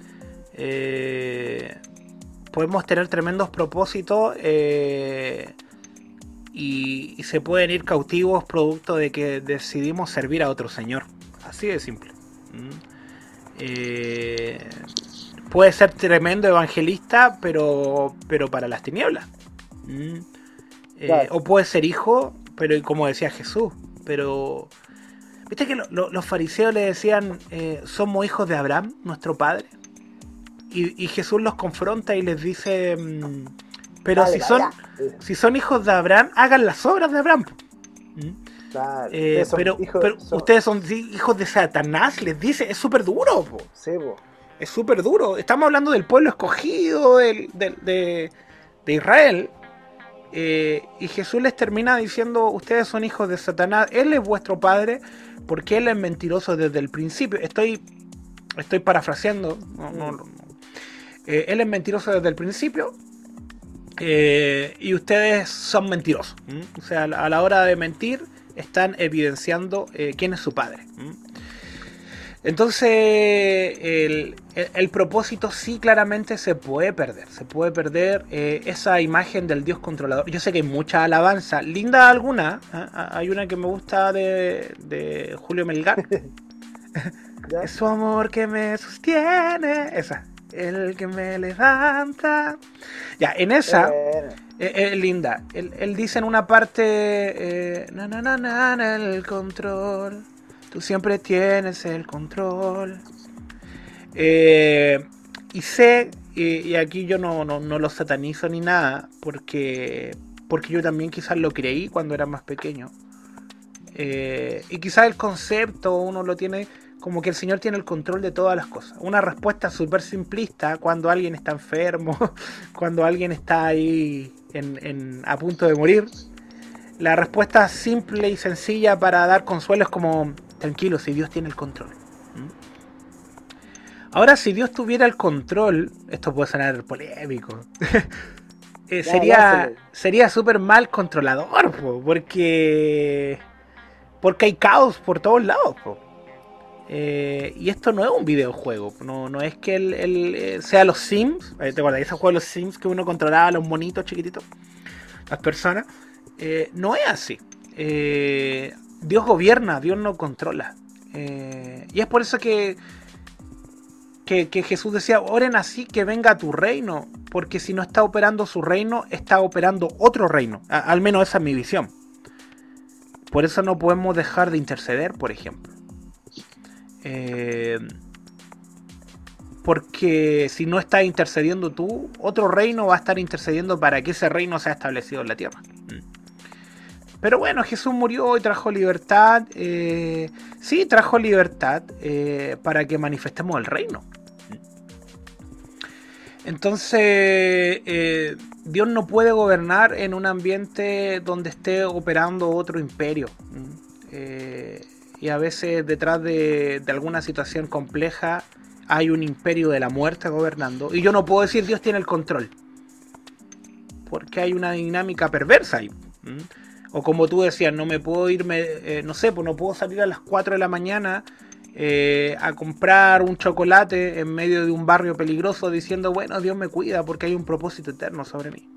Eh, podemos tener tremendos propósitos eh, y, y se pueden ir cautivos producto de que decidimos servir a otro señor. Así de simple. ¿Mm? Eh, puede ser tremendo evangelista, pero, pero para las tinieblas. ¿Mm? Eh, Claro. O puede ser hijo, pero como decía Jesús, pero... ¿Viste que lo- lo- los fariseos le decían, eh, somos hijos de Abraham, nuestro padre? Y, y Jesús los confronta y les dice, mm, pero Dale, si para son, allá. si son hijos de Abraham, hagan las obras de Abraham. ¿Mm? Claro. Eh, Ustedes son pero hijos- pero son- ustedes son hi- hijos de Satanás, les dice, es súper duro, po. Sí, po. Es súper duro. Estamos hablando del pueblo escogido del, del- de, de Israel. Eh, y Jesús les termina diciendo, ustedes son hijos de Satanás, Él es vuestro padre, porque Él es mentiroso desde el principio. Estoy, estoy parafraseando. No, no, no. Eh, él es mentiroso desde el principio. eh, y ustedes son mentirosos. ¿m? O sea, a la, a la hora de mentir, están evidenciando eh, quién es su padre. ¿m? Entonces, el, el, el propósito sí claramente se puede perder. Se puede perder eh, esa imagen del Dios controlador. Yo sé que hay mucha alabanza. Linda alguna. ¿eh? Hay una que me gusta de, de Julio Melgar. ¿Ya? Es su amor que me sostiene. Esa. El que me levanta. Ya, en esa. Bueno. Es eh, eh, linda. Él, él dice en una parte. Eh, na, na, na, na, na, el control. Tú siempre tienes el control. Eh, y sé, y, y aquí yo no, no, no lo satanizo ni nada, porque, porque yo también quizás lo creí cuando era más pequeño. Eh, y quizás el concepto uno lo tiene como que el Señor tiene el control de todas las cosas. Una respuesta súper simplista cuando alguien está enfermo, cuando alguien está ahí en, en, a punto de morir. La respuesta simple y sencilla para dar consuelo es como, tranquilo, si Dios tiene el control. ¿Mm? Ahora, si Dios tuviera el control, esto puede sonar polémico, eh, sería sería súper mal controlador, po, porque, porque hay caos por todos lados, po. Eh, y esto no es un videojuego, no, no es que el, el, eh, sea los Sims, ¿te acuerdas? Esos juegos de los Sims que uno controlaba a los monitos chiquititos, las personas, eh, no es así. Eh, Dios gobierna, Dios no controla. Eh, y es por eso que, que, que Jesús decía, oren así que venga tu reino, porque si no está operando su reino, está operando otro reino, a, al menos esa es mi visión. Por eso no podemos dejar de interceder, por ejemplo. Eh, porque si no estás intercediendo tú, otro reino va a estar intercediendo para que ese reino sea establecido en la tierra. Pero bueno, Jesús murió y trajo libertad. Eh, sí, trajo libertad eh, para que manifestemos el reino. Entonces, eh, Dios no puede gobernar en un ambiente donde esté operando otro imperio. Eh, Y a veces detrás de, de alguna situación compleja hay un imperio de la muerte gobernando. Y yo no puedo decir Dios tiene el control, porque hay una dinámica perversa ahí. ¿Mm? O como tú decías, no me puedo irme, eh, no sé, pues no puedo salir a las cuatro de la mañana eh, a comprar un chocolate en medio de un barrio peligroso diciendo, bueno, Dios me cuida porque hay un propósito eterno sobre mí.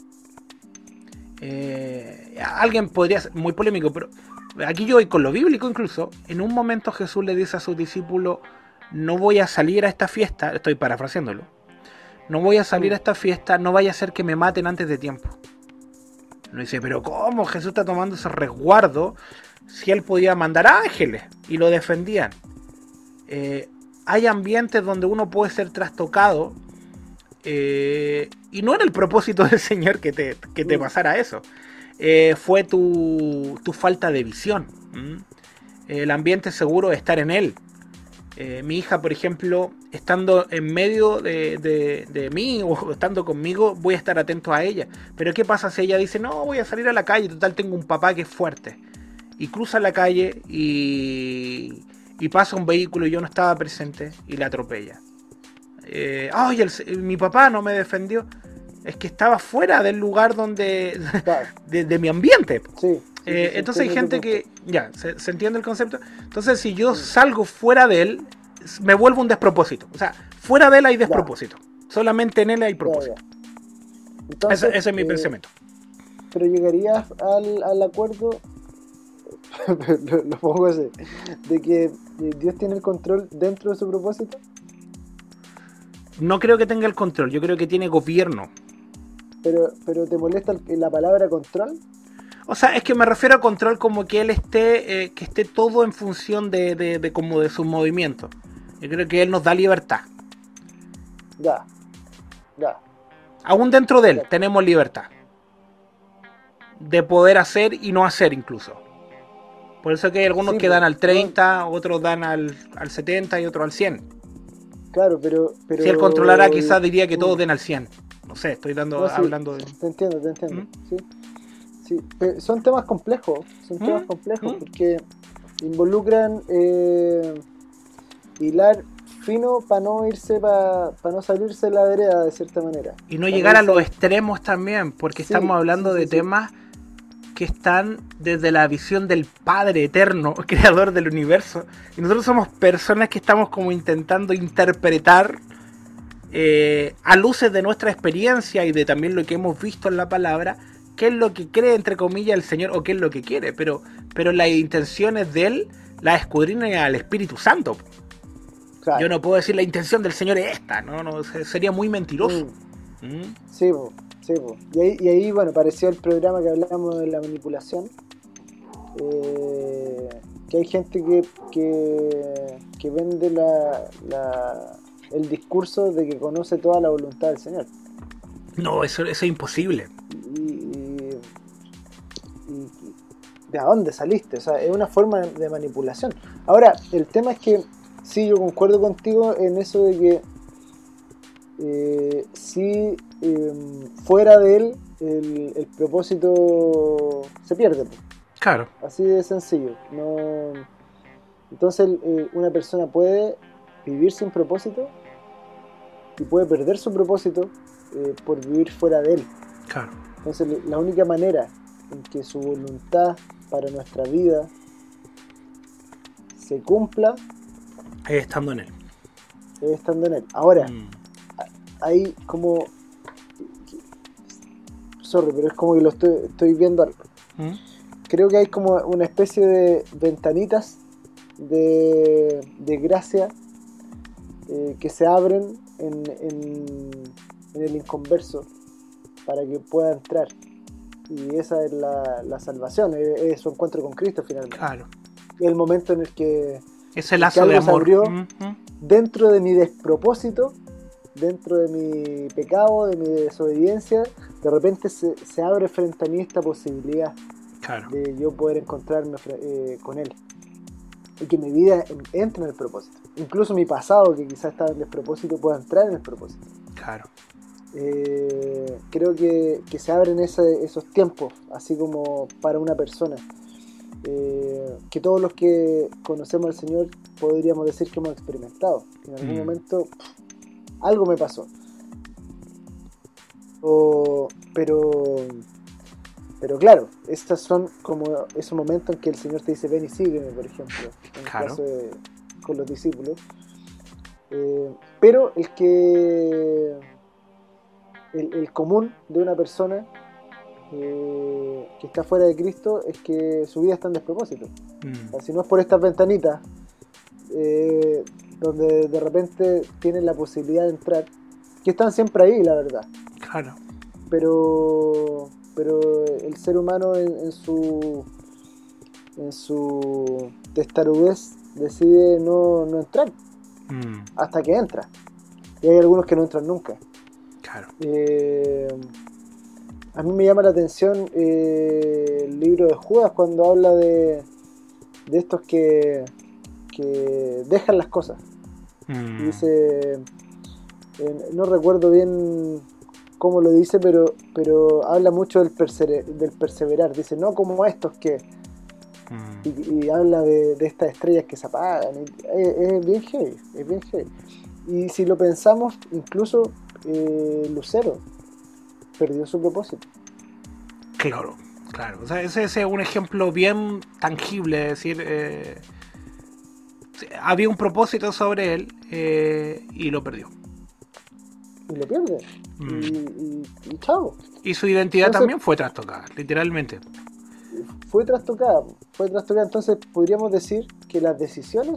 Eh, alguien podría ser muy polémico, pero aquí yo voy con lo bíblico incluso. En un momento Jesús le dice a sus discípulos, no voy a salir a esta fiesta, estoy parafraseándolo, no voy a salir a esta fiesta, no vaya a ser que me maten antes de tiempo. Uno dice, pero ¿cómo Jesús está tomando ese resguardo si él podía mandar ángeles y lo defendían? Eh, hay ambientes donde uno puede ser trastocado eh, y no era el propósito del Señor que te, que te pasara eso. Eh, fue tu, tu falta de visión. ¿Mm? El ambiente seguro es estar en él. Eh, mi hija, por ejemplo, estando en medio de, de, de mí o estando conmigo, voy a estar atento a ella. Pero ¿qué pasa si ella dice, no, voy a salir a la calle, total tengo un papá que es fuerte? Y cruza la calle y, y pasa un vehículo y yo no estaba presente y la atropella. Eh, ¡Ay, el, mi papá no me defendió! Es que estaba fuera del lugar donde Claro. de, de mi ambiente. Sí, sí, Eh, sí, entonces hay entiendo gente tu que, ya, ¿se, se entiende el concepto? Entonces si yo salgo fuera de él, me vuelvo un despropósito. O sea, fuera de él hay despropósito. Solamente en él hay propósito. Ya, ya. Entonces, Ese, ese es mi eh, pensamiento. Pero llegarías al, al acuerdo, lo, lo pongo así, de que Dios tiene el control dentro de su propósito. No creo que tenga el control, yo creo que tiene gobierno. Pero, pero ¿te molesta el- la palabra control? O sea, es que me refiero a control como que él esté, eh, que esté todo en función de, de, de como de sus movimientos. Yo creo que él nos da libertad. Ya, ya. Aún dentro de él tenemos libertad. De poder hacer y no hacer incluso. Por eso que hay algunos Sí, que pues, dan al treinta, otros dan al, al setenta y otros al cien. Claro, pero, pero... Si él controlara quizás diría que todos den al cien. No sé, estoy dando, No, sí, hablando de... Te entiendo, te entiendo. ¿Mm? Sí. Sí, pero son temas complejos, son ¿Mm? temas complejos ¿Mm? porque involucran eh, hilar fino para no irse, para no salirse de la vereda de cierta manera. Y no Pa' llegar a irse- los extremos también, porque Sí, estamos hablando sí, sí, de sí. temas que están desde la visión del Padre Eterno, creador del universo. Y nosotros somos personas que estamos como intentando interpretar eh, a luces de nuestra experiencia y de también lo que hemos visto en la palabra, qué es lo que cree, entre comillas, el Señor o qué es lo que quiere. Pero, pero las intenciones de Él las escudriña al Espíritu Santo. Claro. Yo no puedo decir la intención del Señor es esta, no, no se- sería muy mentiroso. Mm, ¿Mm? sí, po, sí, po. Y ahí, y ahí, bueno, pareció el programa que hablábamos de la manipulación. Eh, que hay gente que, que, que vende la, la, el discurso de que conoce toda la voluntad del Señor. No, eso, eso es imposible. Y, y- y- ¿de dónde saliste? O sea, es una forma de manipulación. Ahora, el tema es que sí, yo concuerdo contigo en eso de que eh, si eh, fuera de él el, el propósito se pierde, pues. Claro. Así de sencillo. No... Entonces eh, una persona puede vivir sin propósito y puede perder su propósito eh, por vivir fuera de él. Claro. Entonces la única manera en que su voluntad para nuestra vida se cumpla Es estando en él. es estando en él. Ahora, Mm. hay como... Sorry, pero es como que lo estoy, estoy viendo algo. ¿Mm? Creo que hay como una especie de ventanitas de, de gracia eh, que se abren en, en, en el inconverso para que pueda entrar. Y esa es la, la salvación, es, es su encuentro con Cristo finalmente. Claro. Es el momento en el que Ese lazo algo de se amor. abrió. Mm, mm. dentro de mi despropósito, dentro de mi pecado, de mi desobediencia, de repente se, se abre frente a mí esta posibilidad Claro. de yo poder encontrarme eh, con él y que mi vida en- entre en el propósito, incluso mi pasado que quizás estaba en despropósito pueda entrar en el propósito. Claro. Eh, creo que, que se abren ese- esos tiempos así como para una persona, eh, que todos los que conocemos al Señor podríamos decir que hemos experimentado en algún Mm. momento. Pff, algo me pasó. O- pero pero claro, estos son como esos momentos en que el Señor te dice ven y sígueme, por ejemplo, en el Claro. caso de, con los discípulos. Eh, pero el que el, el común de una persona eh, que está fuera de Cristo es que su vida está en despropósito. O Mm. sea, si no es por estas ventanitas eh, donde de repente tienen la posibilidad de entrar, que están siempre ahí, la verdad, Claro. pero pero el ser humano en, en su en su testarudez decide no, no entrar Mm. hasta que entra, y hay algunos que no entran nunca. Claro. Eh, a mí me llama la atención eh, el libro de Judas cuando habla de, de estos que, que dejan las cosas. Mm. Y dice, eh, no recuerdo bien cómo lo dice, pero, pero habla mucho del, persere- del perseverar. Dice, no como estos que... Mm. Y, y habla de, de estas estrellas que se apagan. y- es, es bien heavy, es bien heavy. Y si lo pensamos, incluso eh, Lucero perdió su propósito. Claro, claro. O sea, ese, ese es un ejemplo bien tangible, es decir, eh, había un propósito sobre él eh, y lo perdió. Y lo pierde. Mm. Y, y, y chao. Y su identidad Entonces- también fue trastocada, literalmente. Fue trastocada. Fue trastocada. Entonces podríamos decir que las decisiones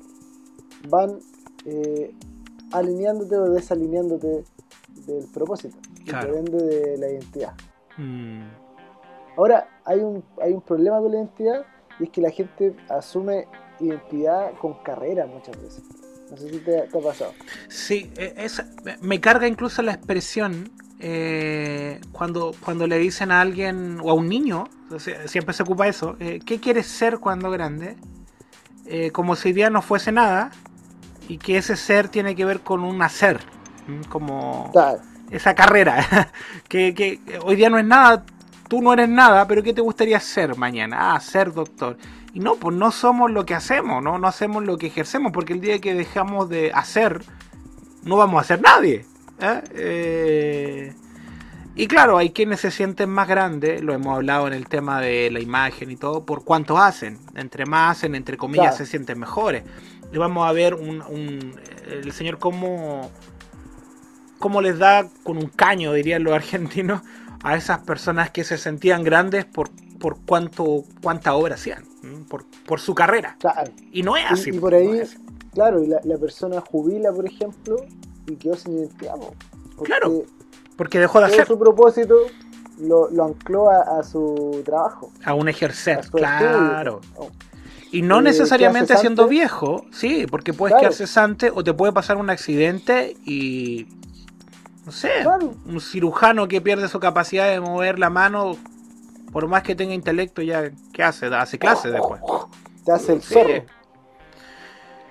van eh, alineándote o desalineándote del propósito. Claro. Depende de la identidad. Mm. Ahora, hay un, hay un problema con la identidad, y es que la gente asume identidad con carrera muchas veces. No sé si te, te ha pasado. Sí, eh, es, me carga incluso la expresión eh, cuando, cuando le dicen a alguien o a un niño, o sea, siempre se ocupa eso, eh, ¿qué quieres ser cuando grande? Eh, como si hoy día no fuese nada y que ese ser tiene que ver con un hacer, ¿m? Como Claro. esa carrera, que, que hoy día no es nada, tú no eres nada, pero ¿qué te gustaría ser mañana? Ah, ser doctor. Y no, pues no somos lo que hacemos, ¿no? No hacemos lo que ejercemos, porque el día que dejamos de hacer, no vamos a ser nadie. ¿eh? Eh, y claro, hay quienes se sienten más grandes, lo hemos hablado en el tema de la imagen y todo, por cuánto hacen. Entre más hacen, entre comillas, Claro. se sienten mejores. Y vamos a ver un, un, el señor cómo, cómo les da con un caño, dirían los argentinos, a esas personas que se sentían grandes por, por cuánto, cuánta obra hacían, ¿m? por, por su carrera. Claro. Y no es así. Y, y no por ahí, es así. claro, y la, la persona jubila, por ejemplo, y quedó sin identidad. po, porque Claro, porque dejó de todo hacer su propósito lo, lo ancló a, a su trabajo. a un A ejercer, su claro. estudio. Oh, Y no Eh, necesariamente queda siendo cesante. viejo, sí, porque puedes Claro. quedar cesante o te puede pasar un accidente y, no sé, Claro. un cirujano que pierde su capacidad de mover la mano, por más que tenga intelecto, ya, ¿qué hace? Hace clases después. Te hace el Sí. zorro.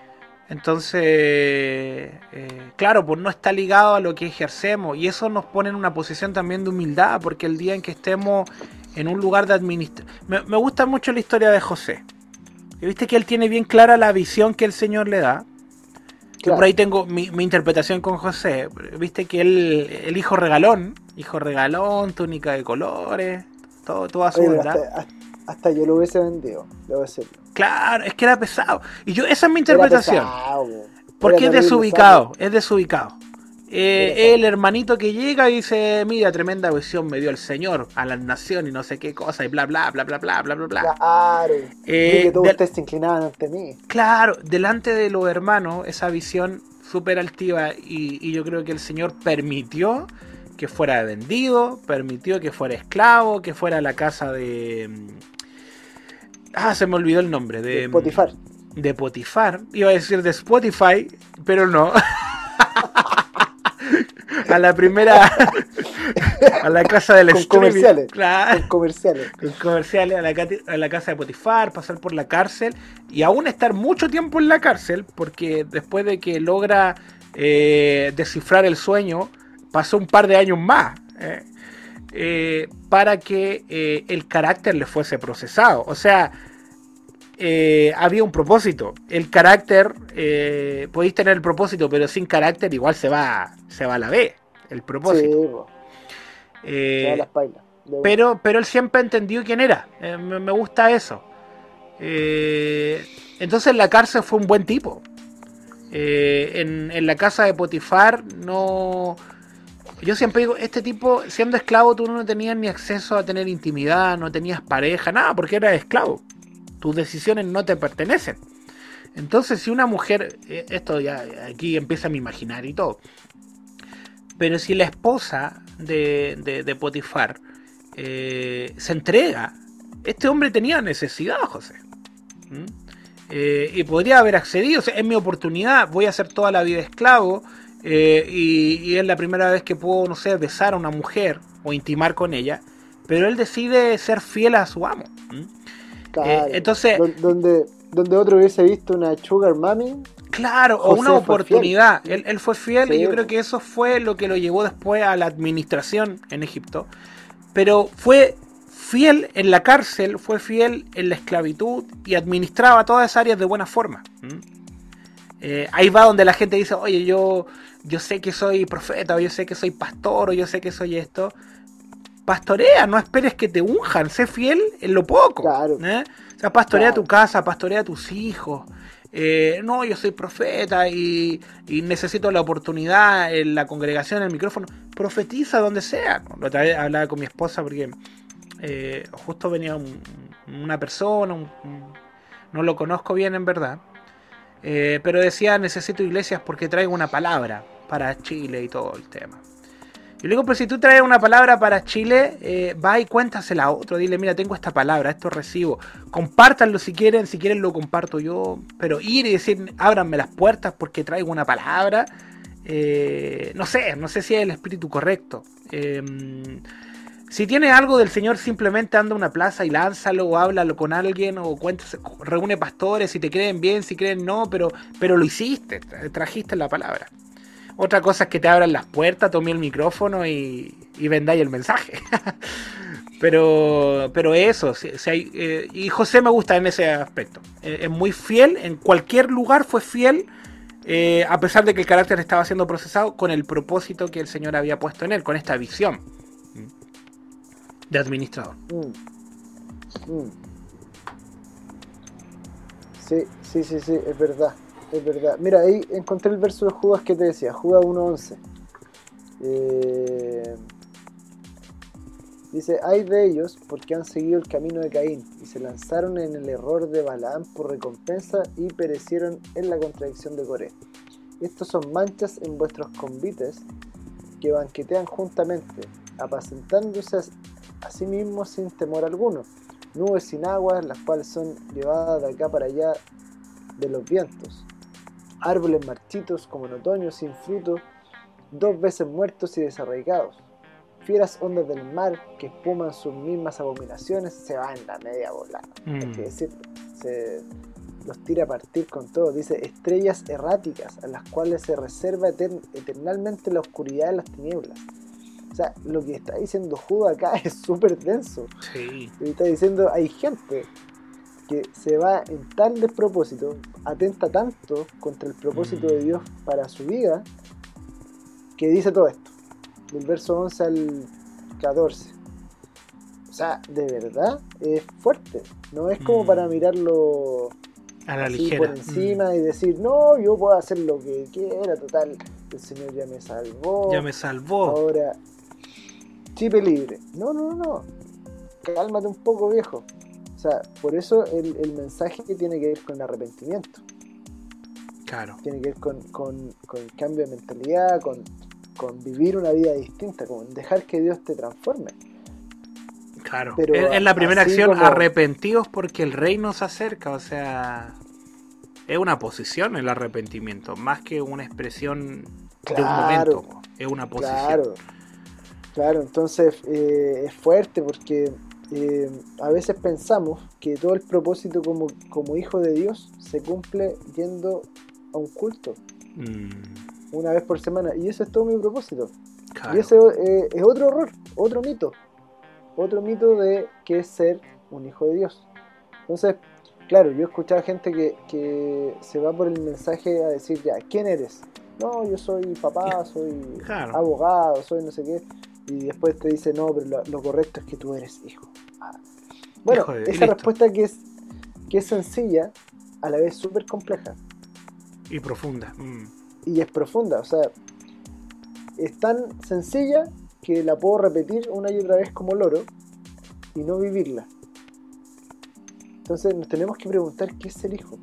Entonces, eh, claro, pues no está ligado a lo que ejercemos y eso nos pone en una posición también de humildad, porque el día en que estemos en un lugar de administración... Me, me gusta mucho la historia de José. Y viste que él tiene bien clara la visión que el Señor le da. Yo Claro. por ahí tengo mi, mi interpretación con José. Viste que él, el hijo regalón, hijo regalón, túnica de colores, todo, toda su Oye, bondad. hasta, hasta- hasta yo lo hubiese vendido, debo decirlo. Claro, es que era pesado. Y yo, esa es mi Era interpretación. pesado, po. Porque Era es terrible, desubicado, es desubicado. Eh, Era el hermanito que llega y dice, mira, tremenda visión me dio el Señor a la nación y no sé qué cosa y bla bla bla bla bla bla bla bla. ¿sabes? Claro. Eh, Vi que todos del- ustedes se inclinaban ante mí. Claro, delante de los hermanos, esa visión súper altiva y, y yo creo que el Señor permitió que fuera vendido, permitió que fuera esclavo, que fuera a la casa de... Ah, se me olvidó el nombre. De, De Potifar. De Potifar. Iba a decir de Spotify, pero no. A la primera... A la casa del Con streaming. comerciales. Claro. Con comerciales. Con comerciales a la, cati- a la casa de Potifar, pasar por la cárcel y aún estar mucho tiempo en la cárcel, porque después de que logra eh, descifrar el sueño, pasó un par de años más eh, eh, para que eh, el carácter le fuese procesado. O sea, eh, había un propósito. El carácter, eh, podéis tener el propósito, pero sin carácter igual se va, se va a la B, el propósito. Sí, po. Eh, Se va a las pailas. De una. pero, pero él siempre entendió quién era. Eh, me, me gusta eso. Eh, entonces en la cárcel fue un buen tipo. Eh, en, en la casa de Potifar no... Yo siempre digo, este tipo, siendo esclavo, tú no tenías ni acceso a tener intimidad, no tenías pareja, nada, porque eras esclavo. Tus decisiones no te pertenecen. Entonces si una mujer, eh, esto ya aquí empieza a mi imaginar y todo, pero si la esposa de, de, de Potifar eh, se entrega, este hombre tenía necesidad, José. ¿Mm? Eh, y podría haber accedido, o sea, es mi oportunidad, voy a ser toda la vida esclavo eh, y, y es la primera vez que puedo, no sé, besar a una mujer o intimar con ella, pero él decide ser fiel a su amo. ¿Mm? Claro. eh, entonces- Don- Donde, donde otro hubiese visto una sugar mami. Claro, o José una fue oportunidad. Él, él fue fiel Sí. y yo creo que eso fue lo que lo llevó después a la administración en Egipto. Pero fue fiel en la cárcel, fue fiel en la esclavitud y administraba todas esas áreas de buena forma. ¿Mm? Eh, ahí va donde la gente dice, oye, yo, yo sé que soy profeta, o yo sé que soy pastor, o yo sé que soy esto. Pastorea, no esperes que te unjan, sé fiel en lo poco. Claro. ¿eh? O sea, pastorea Claro. tu casa, pastorea a tus hijos. Eh, no, yo soy profeta y, y necesito la oportunidad en la congregación, en el micrófono. Profetiza donde sea. La otra vez hablaba con mi esposa porque eh, justo venía un- una persona, un- un- no lo conozco bien en verdad, eh, pero decía, necesito iglesias porque traigo una palabra para Chile y todo el tema. Y luego, pero si tú traes una palabra para Chile, eh, va y cuéntasela a otro. Dile, mira, tengo esta palabra, esto recibo. Compártanlo si quieren, si quieren lo comparto yo. Pero ir y decir, ábranme las puertas porque traigo una palabra. Eh, no sé, no sé si es el espíritu correcto. Eh, si tienes algo del Señor, simplemente anda a una plaza y lánzalo o háblalo con alguien o cuéntase, reúne pastores si te creen bien, si creen no, pero, pero lo hiciste, tra- trajiste la palabra. Otra cosa es que te abran las puertas, tomé el micrófono y, y vendáis el mensaje. pero pero eso, si, si hay, eh, y José me gusta en ese aspecto. Eh, es muy fiel, en cualquier lugar fue fiel, eh, a pesar de que el carácter estaba siendo procesado con el propósito que el Señor había puesto en él, con esta visión de administrador. Mm. Mm. Sí, sí, sí, sí, es verdad. Es verdad. Mira, ahí encontré el verso de Judas que te decía, Judas uno once. Eh, dice, hay de ellos porque han seguido el camino de Caín y se lanzaron en el error de Balaam por recompensa y perecieron en la contradicción de Coré. Estos son manchas en vuestros convites que banquetean juntamente, apacentándose a, a sí mismos sin temor alguno, nubes sin agua, las cuales son llevadas de acá para allá de los vientos, árboles marchitos como en otoño sin fruto, dos veces muertos y desarraigados, fieras ondas del mar que espuman sus mismas abominaciones, se van la media volada, Mm. hay que decirlo. Se, los tira a partir con todo. Dice, estrellas erráticas a las cuales se reserva etern- eternalmente la oscuridad de las tinieblas. O sea, lo que está diciendo Judas acá es súper denso. Sí. Y está diciendo, hay gente que se va en tal despropósito, atenta tanto contra el propósito de Dios para su vida, que dice todo esto, del verso once al catorce. O sea, de verdad es fuerte. No es como Mm. para mirarlo A la así ligera. por encima y decir, no, yo puedo hacer lo que quiera, total, el Señor ya me salvó. Mm. Ya me salvó. Ahora, chipe libre. No, no, no, no. Cálmate un poco, viejo. O sea, por eso el, el mensaje tiene que ver con el arrepentimiento. Claro. Tiene que ver con, con, con el cambio de mentalidad, con, con vivir una vida distinta, con dejar que Dios te transforme. Claro. Pero es, es la primera así acción, como- arrepentidos porque el reino se acerca, o sea, es una posición el arrepentimiento, más que una expresión de un Claro, momento, es una posición. Claro, claro, entonces eh, es fuerte porque eh, a veces pensamos que todo el propósito como, como hijo de Dios se cumple yendo a un culto Mm, una vez por semana, y ese es todo mi propósito. claro. Y ese eh, es otro error, otro mito, otro mito de que es ser un hijo de Dios. Entonces, claro, yo he escuchado gente que, que se va por el mensaje a decir, ya, ¿quién eres? No, yo soy papá, soy Claro. abogado, soy no sé qué, y después te dice, no, pero lo, lo correcto es que tú eres hijo. Ah. Bueno, Hijo de- y esa listo. respuesta que es, que es sencilla, a la vez súper compleja, Y profunda. Mm, y es profunda, o sea, es tan sencilla que la puedo repetir una y otra vez como loro y no vivirla. Entonces nos tenemos que preguntar qué es ser hijo.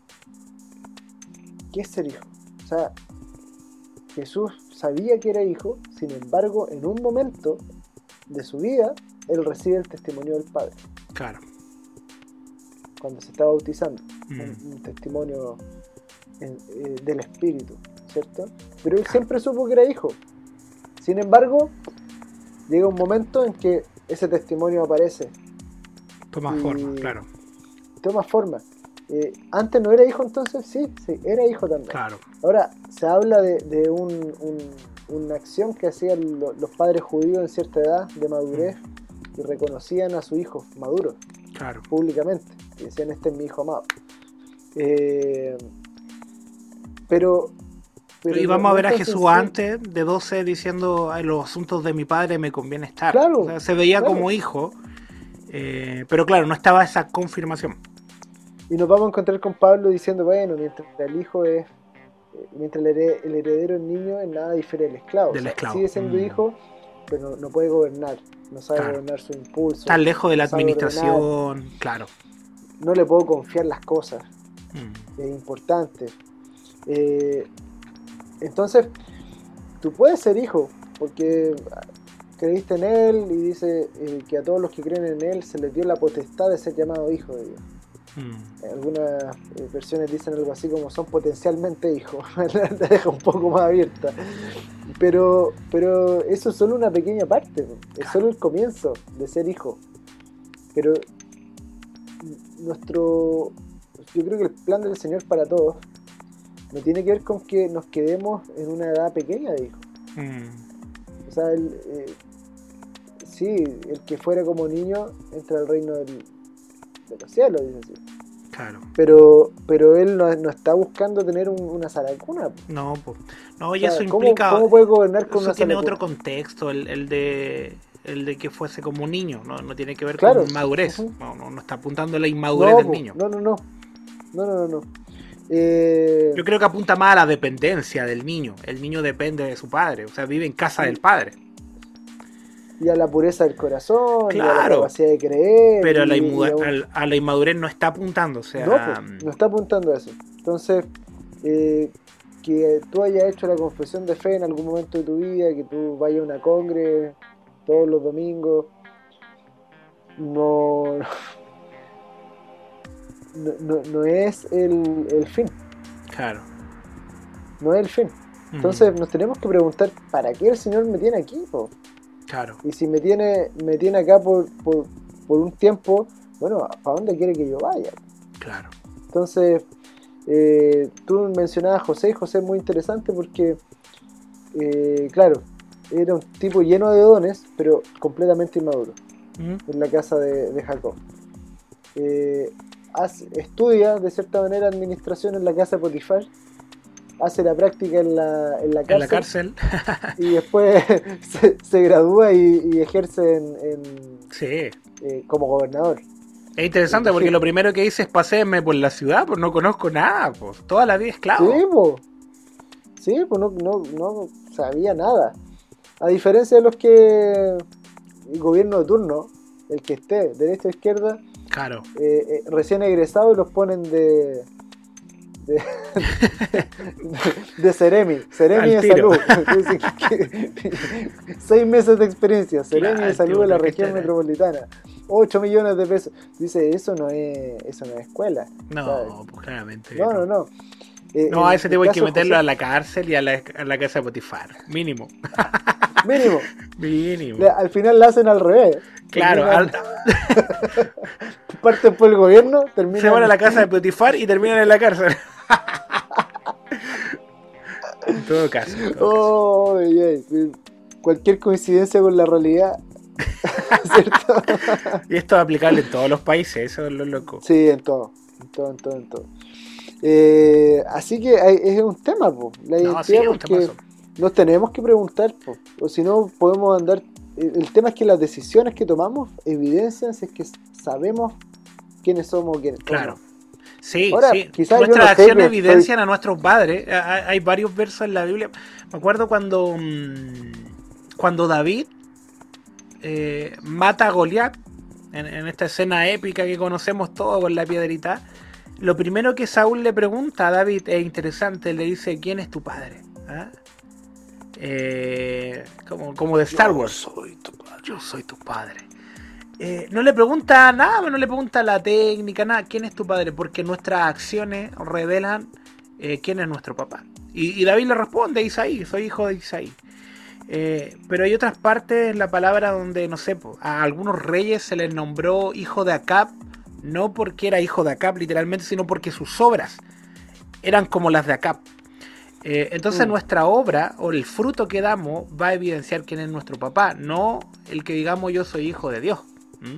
¿Qué es ser hijo? O sea, Jesús sabía que era hijo, sin embargo, en un momento de su vida, él recibe el testimonio del Padre, claro. cuando se está bautizando, Mm, un, un testimonio en- eh, del Espíritu, ¿cierto? Pero él siempre supo que era hijo. Sin embargo, llega un momento en que ese testimonio aparece, toma y- forma, claro. toma forma. Eh, antes no era hijo, entonces sí, sí, era hijo también. Claro. Ahora, se habla de, de un- un- una acción que hacían lo- los padres judíos en cierta edad de madurez y reconocían a su hijo maduro Claro. públicamente y decían, este es mi hijo amado. Eh, pero, pero y no- vamos a no ver a es tan Jesús sencillo. antes de doce diciendo, "Ay, los asuntos de mi padre me conviene estar". Claro, O sea, se veía claro. como hijo, eh, pero claro, no estaba esa confirmación. Y nos vamos a encontrar con Pablo diciendo, bueno, mientras el hijo es, eh, mientras el, hered- el heredero es niño, en nada difiere del esclavo. Del O sea, esclavo. sigue siendo Mm. hijo, pero no, no puede gobernar, no sabe Claro. gobernar su impulso. Está lejos de la no sabe ordenar, administración, claro. no le puedo confiar las cosas, Mm, es importante. Eh, entonces, tú puedes ser hijo, porque creíste en él y dice eh, que a todos los que creen en él se les dio la potestad de ser llamado hijo de Dios. mm, Algunas eh, versiones dicen algo así como son potencialmente hijos, la deja un poco más abierta. Pero, pero eso es solo una pequeña parte, es solo el comienzo de ser hijo. Pero nuestro, yo creo que el plan del Señor para todos no tiene que ver con que nos quedemos en una edad pequeña de hijo. mm. O sea, el, eh, sí, el que fuera como niño entra al reino del, de los cielos, dice así. Claro. Pero, pero él no, no está buscando tener un- una sala cuna. No, po. No, y O sea, eso ¿cómo, implica. ¿Cómo puede gobernar con Eso una tiene sala otro cuna? contexto, el, el de el de que fuese como un niño, no, no tiene que ver Claro. con madurez. Ujú. no, no, no está apuntando a la inmadurez No, del po, niño. no, no, no. No, no, no, no. Eh, Yo creo que apunta más a la dependencia del niño. El niño depende de su padre, o sea, vive en casa del padre. y a la pureza del corazón, y a la Claro. capacidad de creer. Pero a la, y- y inmu- a un- al- a la inmadurez no está apuntando, o sea, No, pues, no está apuntando a eso. Entonces, eh, que tú hayas hecho la confesión de fe en algún momento de tu vida, que tú vayas a una congre todos los domingos, no, no, no, no es el, el fin, claro. no es el fin. Mm, Entonces nos tenemos que preguntar, ¿para qué el Señor me tiene aquí, po? claro. Y si me tiene, me tiene acá por, por, por un tiempo, bueno, ¿para dónde quiere que yo vaya? Claro. Entonces, eh, tú mencionabas a José, y José es muy interesante porque, eh, claro, era un tipo lleno de dones, pero completamente inmaduro, ¿Mm? en la casa de, de Jacob. Eh, hace, estudia, de cierta manera, administración en la casa de Potifar, hace la práctica en la, en la cárcel, En la cárcel. y después se, se gradúa y, y ejerce en, en, Sí. eh, como gobernador. Es interesante porque lo primero que dice es paséenme por la ciudad, pues no conozco nada, pues toda la vida esclavo. Sí, pues. Sí, pues no, no, no sabía nada. A diferencia de los que el gobierno de turno, el que esté, derecha o izquierda, Claro. eh, eh, recién egresados los ponen de de, de, de Ceremi, Ceremi Al de tiro. salud. Dicen que- que- Seis meses de experiencia, Ceremi Claro, de salud tío, de la ¿qué región tal? metropolitana. ocho millones de pesos. Dice, eso no es, eso no es escuela. No, ¿sabes? pues claramente. No, no, no. Eh, No, a en ese el tipo hay que caso de meterlo José- a la cárcel y a la, a la casa de Potifar. Mínimo. Mínimo. Mínimo. Le- Al final la hacen al revés. Claro, Terminan- al- parten por el gobierno, terminan. se van a la casa de Potifar y terminan en la cárcel. En todo caso. En todo caso. Oh, ay, ay. Cualquier coincidencia con la realidad. ¿Cierto? Y esto es aplicable en todos los países, eso es lo loco. Sí, en todo. En todo, en todo, en todo. Eh, así que hay- es un tema, po, la No, identidad, sí, es un porque temazo. nos tenemos que preguntar, po, o si no podemos andar. El, el tema es que las decisiones que tomamos evidencian si es que sabemos quiénes somos o quiénes o Claro. no. Sí, Ahora, sí. quizás yo Nuestras no sé, acciones pero evidencian a nuestros padres. Hay, hay varios versos en la Biblia. Me acuerdo cuando, mm, cuando David eh, mata a Goliat, en, en esta escena épica que conocemos todos con la piedrita. Lo primero que Saúl le pregunta a David es interesante, le dice, ¿quién es tu padre? ¿Ah? Eh, como, como de Star Wars. soy tu padre. Yo soy tu padre. Eh, no le pregunta nada, no le pregunta la técnica, nada. ¿Quién es tu padre? Porque nuestras acciones revelan eh, quién es nuestro papá. Y, y David le responde, Isaí, soy hijo de Isaí. Eh, pero hay otras partes en la palabra donde, no sé, po, a algunos reyes se les nombró hijo de Acab, no porque era hijo de Acab literalmente, sino porque sus obras eran como las de Acab. Eh, entonces Mm. nuestra obra o el fruto que damos va a evidenciar quién es nuestro papá, no el que digamos yo soy hijo de Dios. ¿Mm?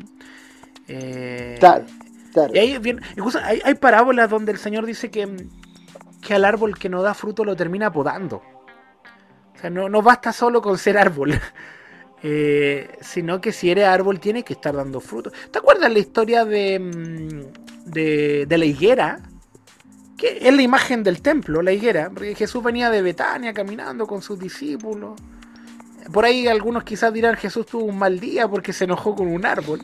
Eh, Claro, claro. y ahí bien, incluso hay, hay parábolas donde el Señor dice que, que al árbol que no da fruto lo termina podando. O sea, no, no basta solo con ser árbol, eh, sino que si eres árbol tiene que estar dando fruto. ¿Te acuerdas la historia de, mm, de, de la higuera? Que es la imagen del templo, la higuera, porque Jesús venía de Betania caminando con sus discípulos. Por ahí algunos quizás dirán Jesús tuvo un mal día porque se enojó con un árbol.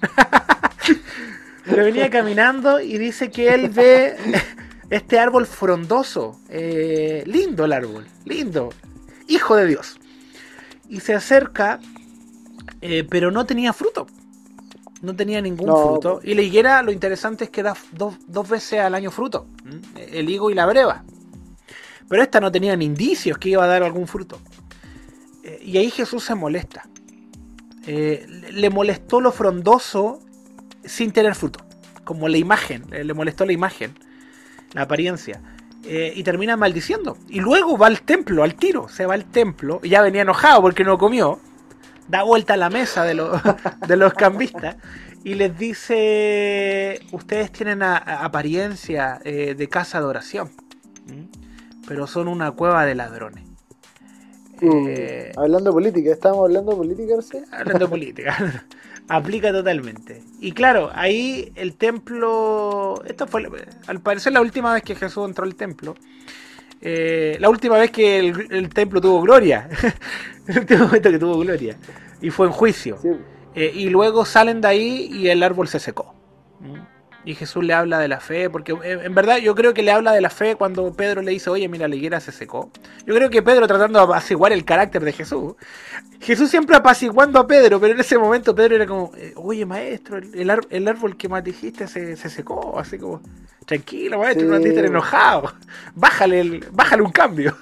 Pero venía caminando y dice que él ve este árbol frondoso, eh, lindo el árbol, lindo, hijo de Dios. Y se acerca, eh, pero no tenía fruto. No tenía ningún No. fruto. Y la higuera, lo interesante es que da dos, dos veces al año fruto. ¿Mm? El higo y la breva. Pero esta no tenía ni indicios que iba a dar algún fruto. Eh, y ahí Jesús se molesta. Eh, le- le molestó lo frondoso sin tener fruto. Como la imagen. eh, Le molestó la imagen. La apariencia. Eh, y termina maldiciendo. Y luego va al templo, al tiro. Se va al templo. Y ya venía enojado porque no comió. Da vuelta a la mesa de los, de los cambistas y les dice, ustedes tienen a- a- apariencia eh, de casa de oración, ¿m? pero son una cueva de ladrones. Mm, Eh, hablando de política, ¿estábamos hablando de política, García? hablando de política, aplica totalmente. Y claro, ahí el templo, esto fue al parecer la última vez que Jesús entró al templo. Eh, la última vez que el, el templo tuvo gloria, el último momento que tuvo gloria, y fue en juicio. Sí. Eh, y luego salen de ahí y el árbol se secó. ¿Mm? Y Jesús le habla de la fe, porque eh, en verdad yo creo que le habla de la fe cuando Pedro le dice, oye, mira, la higuera se secó. Yo creo que Pedro tratando de apaciguar el carácter de Jesús. Jesús siempre apaciguando a Pedro, pero en ese momento Pedro era como, eh, oye, maestro, el, el, ar- el árbol que más dijiste se, se secó, así como, tranquilo, maestro, Sí. no andes tan enojado. Bájale, el, bájale un cambio.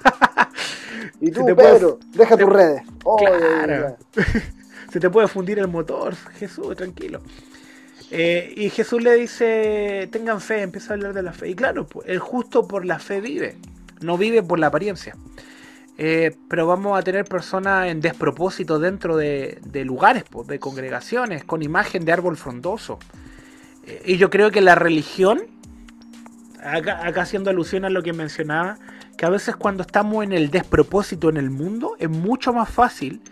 Y tú, Se te puede- Pedro, deja te- tus redes. Oh, Claro. ya, ya. Se te puede fundir el motor, Jesús, tranquilo. Eh, y Jesús le dice, tengan fe, empieza a hablar de la fe. Y claro, pues, el justo por la fe vive, no vive por la apariencia. Eh, pero vamos a tener personas en despropósito dentro de, de lugares, pues, de congregaciones, con imagen de árbol frondoso. Eh, y yo creo que la religión, acá, acá haciendo alusión a lo que mencionaba, que a veces cuando estamos en el despropósito en el mundo, es mucho más fácil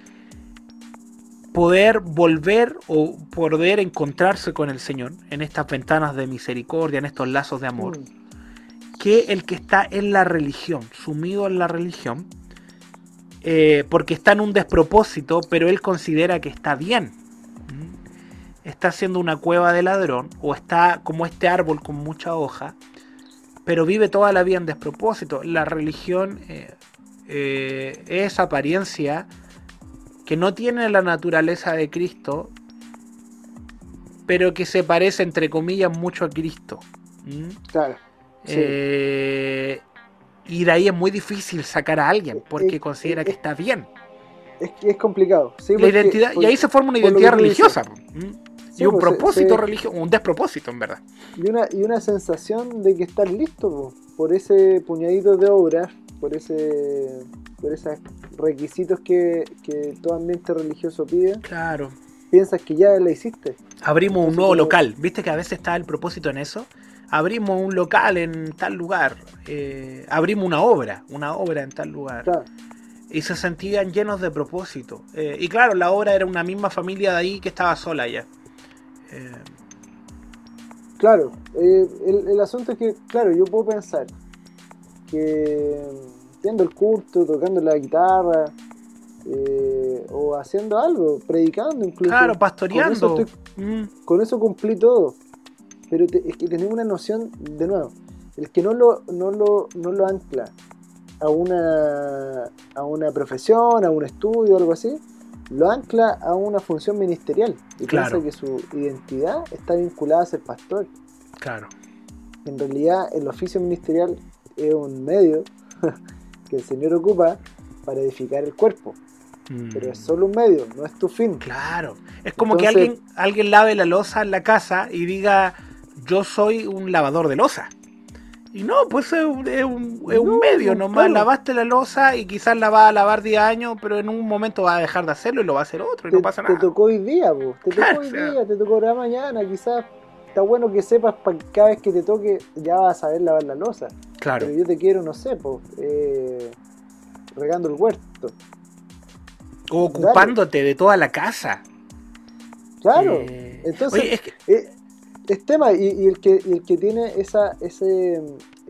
poder volver o poder encontrarse con el Señor en estas ventanas de misericordia, en estos lazos de amor, mm. que el que está en la religión, sumido en la religión, eh, porque está en un despropósito, pero él considera que está bien. ¿Mm? Está haciendo una cueva de ladrón, o está como este árbol con mucha hoja, pero vive toda la vida en despropósito. La religión eh, eh, es apariencia que no tiene la naturaleza de Cristo, pero que se parece, entre comillas, mucho a Cristo. ¿Mm? Claro. Sí. Eh, y de ahí es muy difícil sacar a alguien, porque es, considera es, que está bien. Es, es complicado. Sí, la porque, identidad, porque, y ahí se forma una identidad religiosa. ¿Mm? Sí, y un pues, propósito se, religioso, un despropósito, en verdad. Y una, y una sensación de que estás listo, po, por ese puñadito de obras, por ese por esos requisitos que, que todo ambiente religioso pide. Claro. Piensas que ya la hiciste. Abrimos Entonces, un nuevo como... local. ¿Viste que a veces está el propósito en eso? Abrimos un local en tal lugar. Eh, abrimos una obra, una obra en tal lugar. Claro. Y se sentían llenos de propósito. Eh, y claro, la obra era una misma familia de ahí que estaba sola ya. Eh... Claro. Eh, el, el asunto es que, claro, yo puedo pensar que viendo el culto, tocando la guitarra, eh, o haciendo algo, predicando incluso. Claro, pastoreando. Con eso, estoy, mm. con eso cumplí todo. Pero te, es que tenemos una noción, de nuevo, el que no lo, no lo, no lo ancla a una, a una profesión, a un estudio o algo así, lo ancla a una función ministerial. Y claro. piensa que su identidad está vinculada a ser pastor. Claro. En realidad, el oficio ministerial es un medio que el Señor ocupa para edificar el cuerpo, mm. pero es solo un medio, no es tu fin. Claro, es como Entonces, que alguien, alguien lave la loza en la casa y diga, yo soy un lavador de loza. Y no, pues es un, es un, es un no, medio, no, nomás claro. Lavaste la loza y quizás la vas a lavar diez años, pero en un momento vas a dejar de hacerlo y lo va a hacer otro y te, no pasa nada. Te tocó hoy día, po. te tocó claro, hoy o sea. día, te tocará mañana, quizás. Está bueno que sepas para cada vez que te toque ya vas a saber lavar la loza. Claro. Pero yo te quiero, no sé, po, eh, regando el huerto. O ocupándote Dale. de toda la casa. Claro. Eh... Entonces, Oye, es, que... es, es tema, y, y, el que, y el que tiene esa, ese,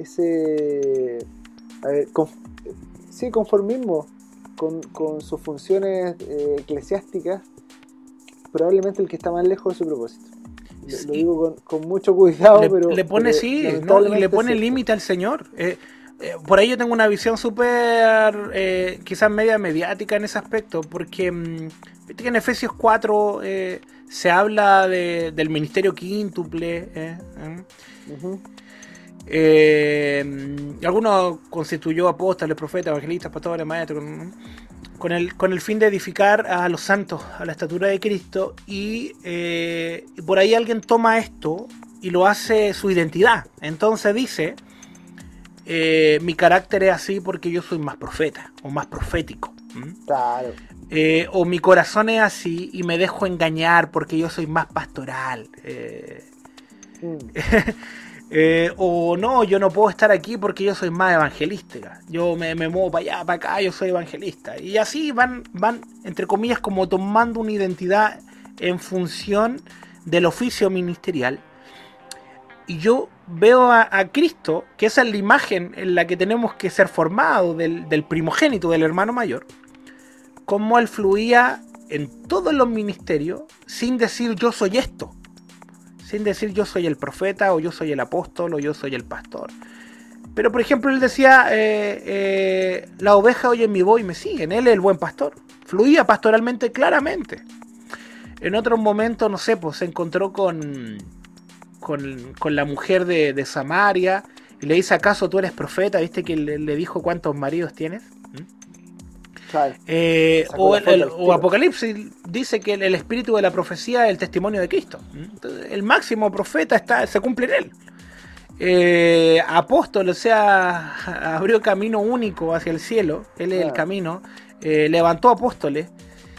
ese a ver, conf, sí, conformismo con, con sus funciones eh, eclesiásticas, probablemente el que está más lejos de su propósito. Lo, sí. lo digo con, con mucho cuidado, le, pero... Le pone, pero sí, ¿no? Y le pone límite al Señor. Eh, eh, por ahí yo tengo una visión súper, eh, quizás media mediática en ese aspecto, porque mmm, viste que en Efesios cuatro eh, se habla de, del ministerio quíntuple. Eh, eh. Uh-huh. Eh, algunos constituyó apóstoles, profetas, evangelistas, pastores, maestros, con, con, el, con el fin de edificar a los santos a la estatura de Cristo, y eh, por ahí alguien toma esto y lo hace su identidad. Entonces dice, eh, mi carácter es así porque yo soy más profeta o más profético. ¿Mm? Claro. Eh, o mi corazón es así y me dejo engañar porque yo soy más pastoral. Eh, mm. Eh, o no, yo no puedo estar aquí porque yo soy más evangelística. Yo me, me muevo para allá, para acá, yo soy evangelista. Y así van, van, entre comillas, como tomando una identidad en función del oficio ministerial. Y yo veo a, a Cristo, que esa es la imagen en la que tenemos que ser formados, del, del primogénito, del hermano mayor, como él fluía en todos los ministerios sin decir yo soy esto. Sin decir yo soy el profeta, o yo soy el apóstol, o yo soy el pastor. Pero por ejemplo él decía, eh, eh, la oveja oye mi voz y me siguen. Él es el buen pastor. Fluía pastoralmente claramente. En otros momentos, no sé, pues se encontró con, con, con la mujer de, de Samaria y le dice, ¿acaso tú eres profeta? ¿Viste que le, le dijo cuántos maridos tienes? ¿Mm? Claro. Eh, Sacó o, la el- foto el- al o tiro. Apocalipsis dice que el, el espíritu de la profecía es el testimonio de Cristo. Entonces, el máximo profeta está, se cumple en él. Eh, apóstol, o sea, abrió camino único hacia el cielo. Él es el Ah. camino. Eh, levantó apóstoles.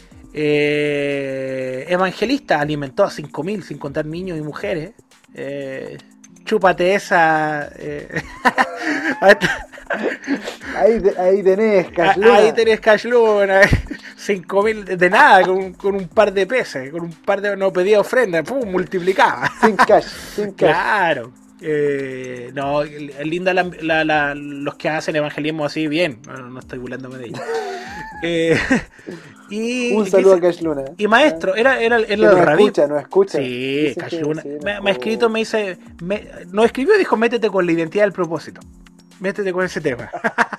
Eh, evangelista, alimentó a cinco mil, sin contar niños y mujeres. Eh, chúpate esa. eh, Ahí, te- ahí tenés, Cash Luna. Ahí tenés Cash Luna, cinco mil de nada, con, un- con un par de pesos, con un par de, no pedía ofrenda, pum, multiplicaba. Sin cash, sin cash. Claro. Eh, no, es linda la, la- la- los que hacen evangelismo así bien, no, no estoy burlándome de ellos. Eh, y, Un saludo a ¿qué dice? Cash Luna. Y maestro, era, era, era Que el nos rabí. escucha, nos escucha. Sí, Dicen Cash que Luna. sí, nos me, me ha escrito, me dice, me, nos escribió y dijo, métete con la identidad del propósito. Métete con ese tema.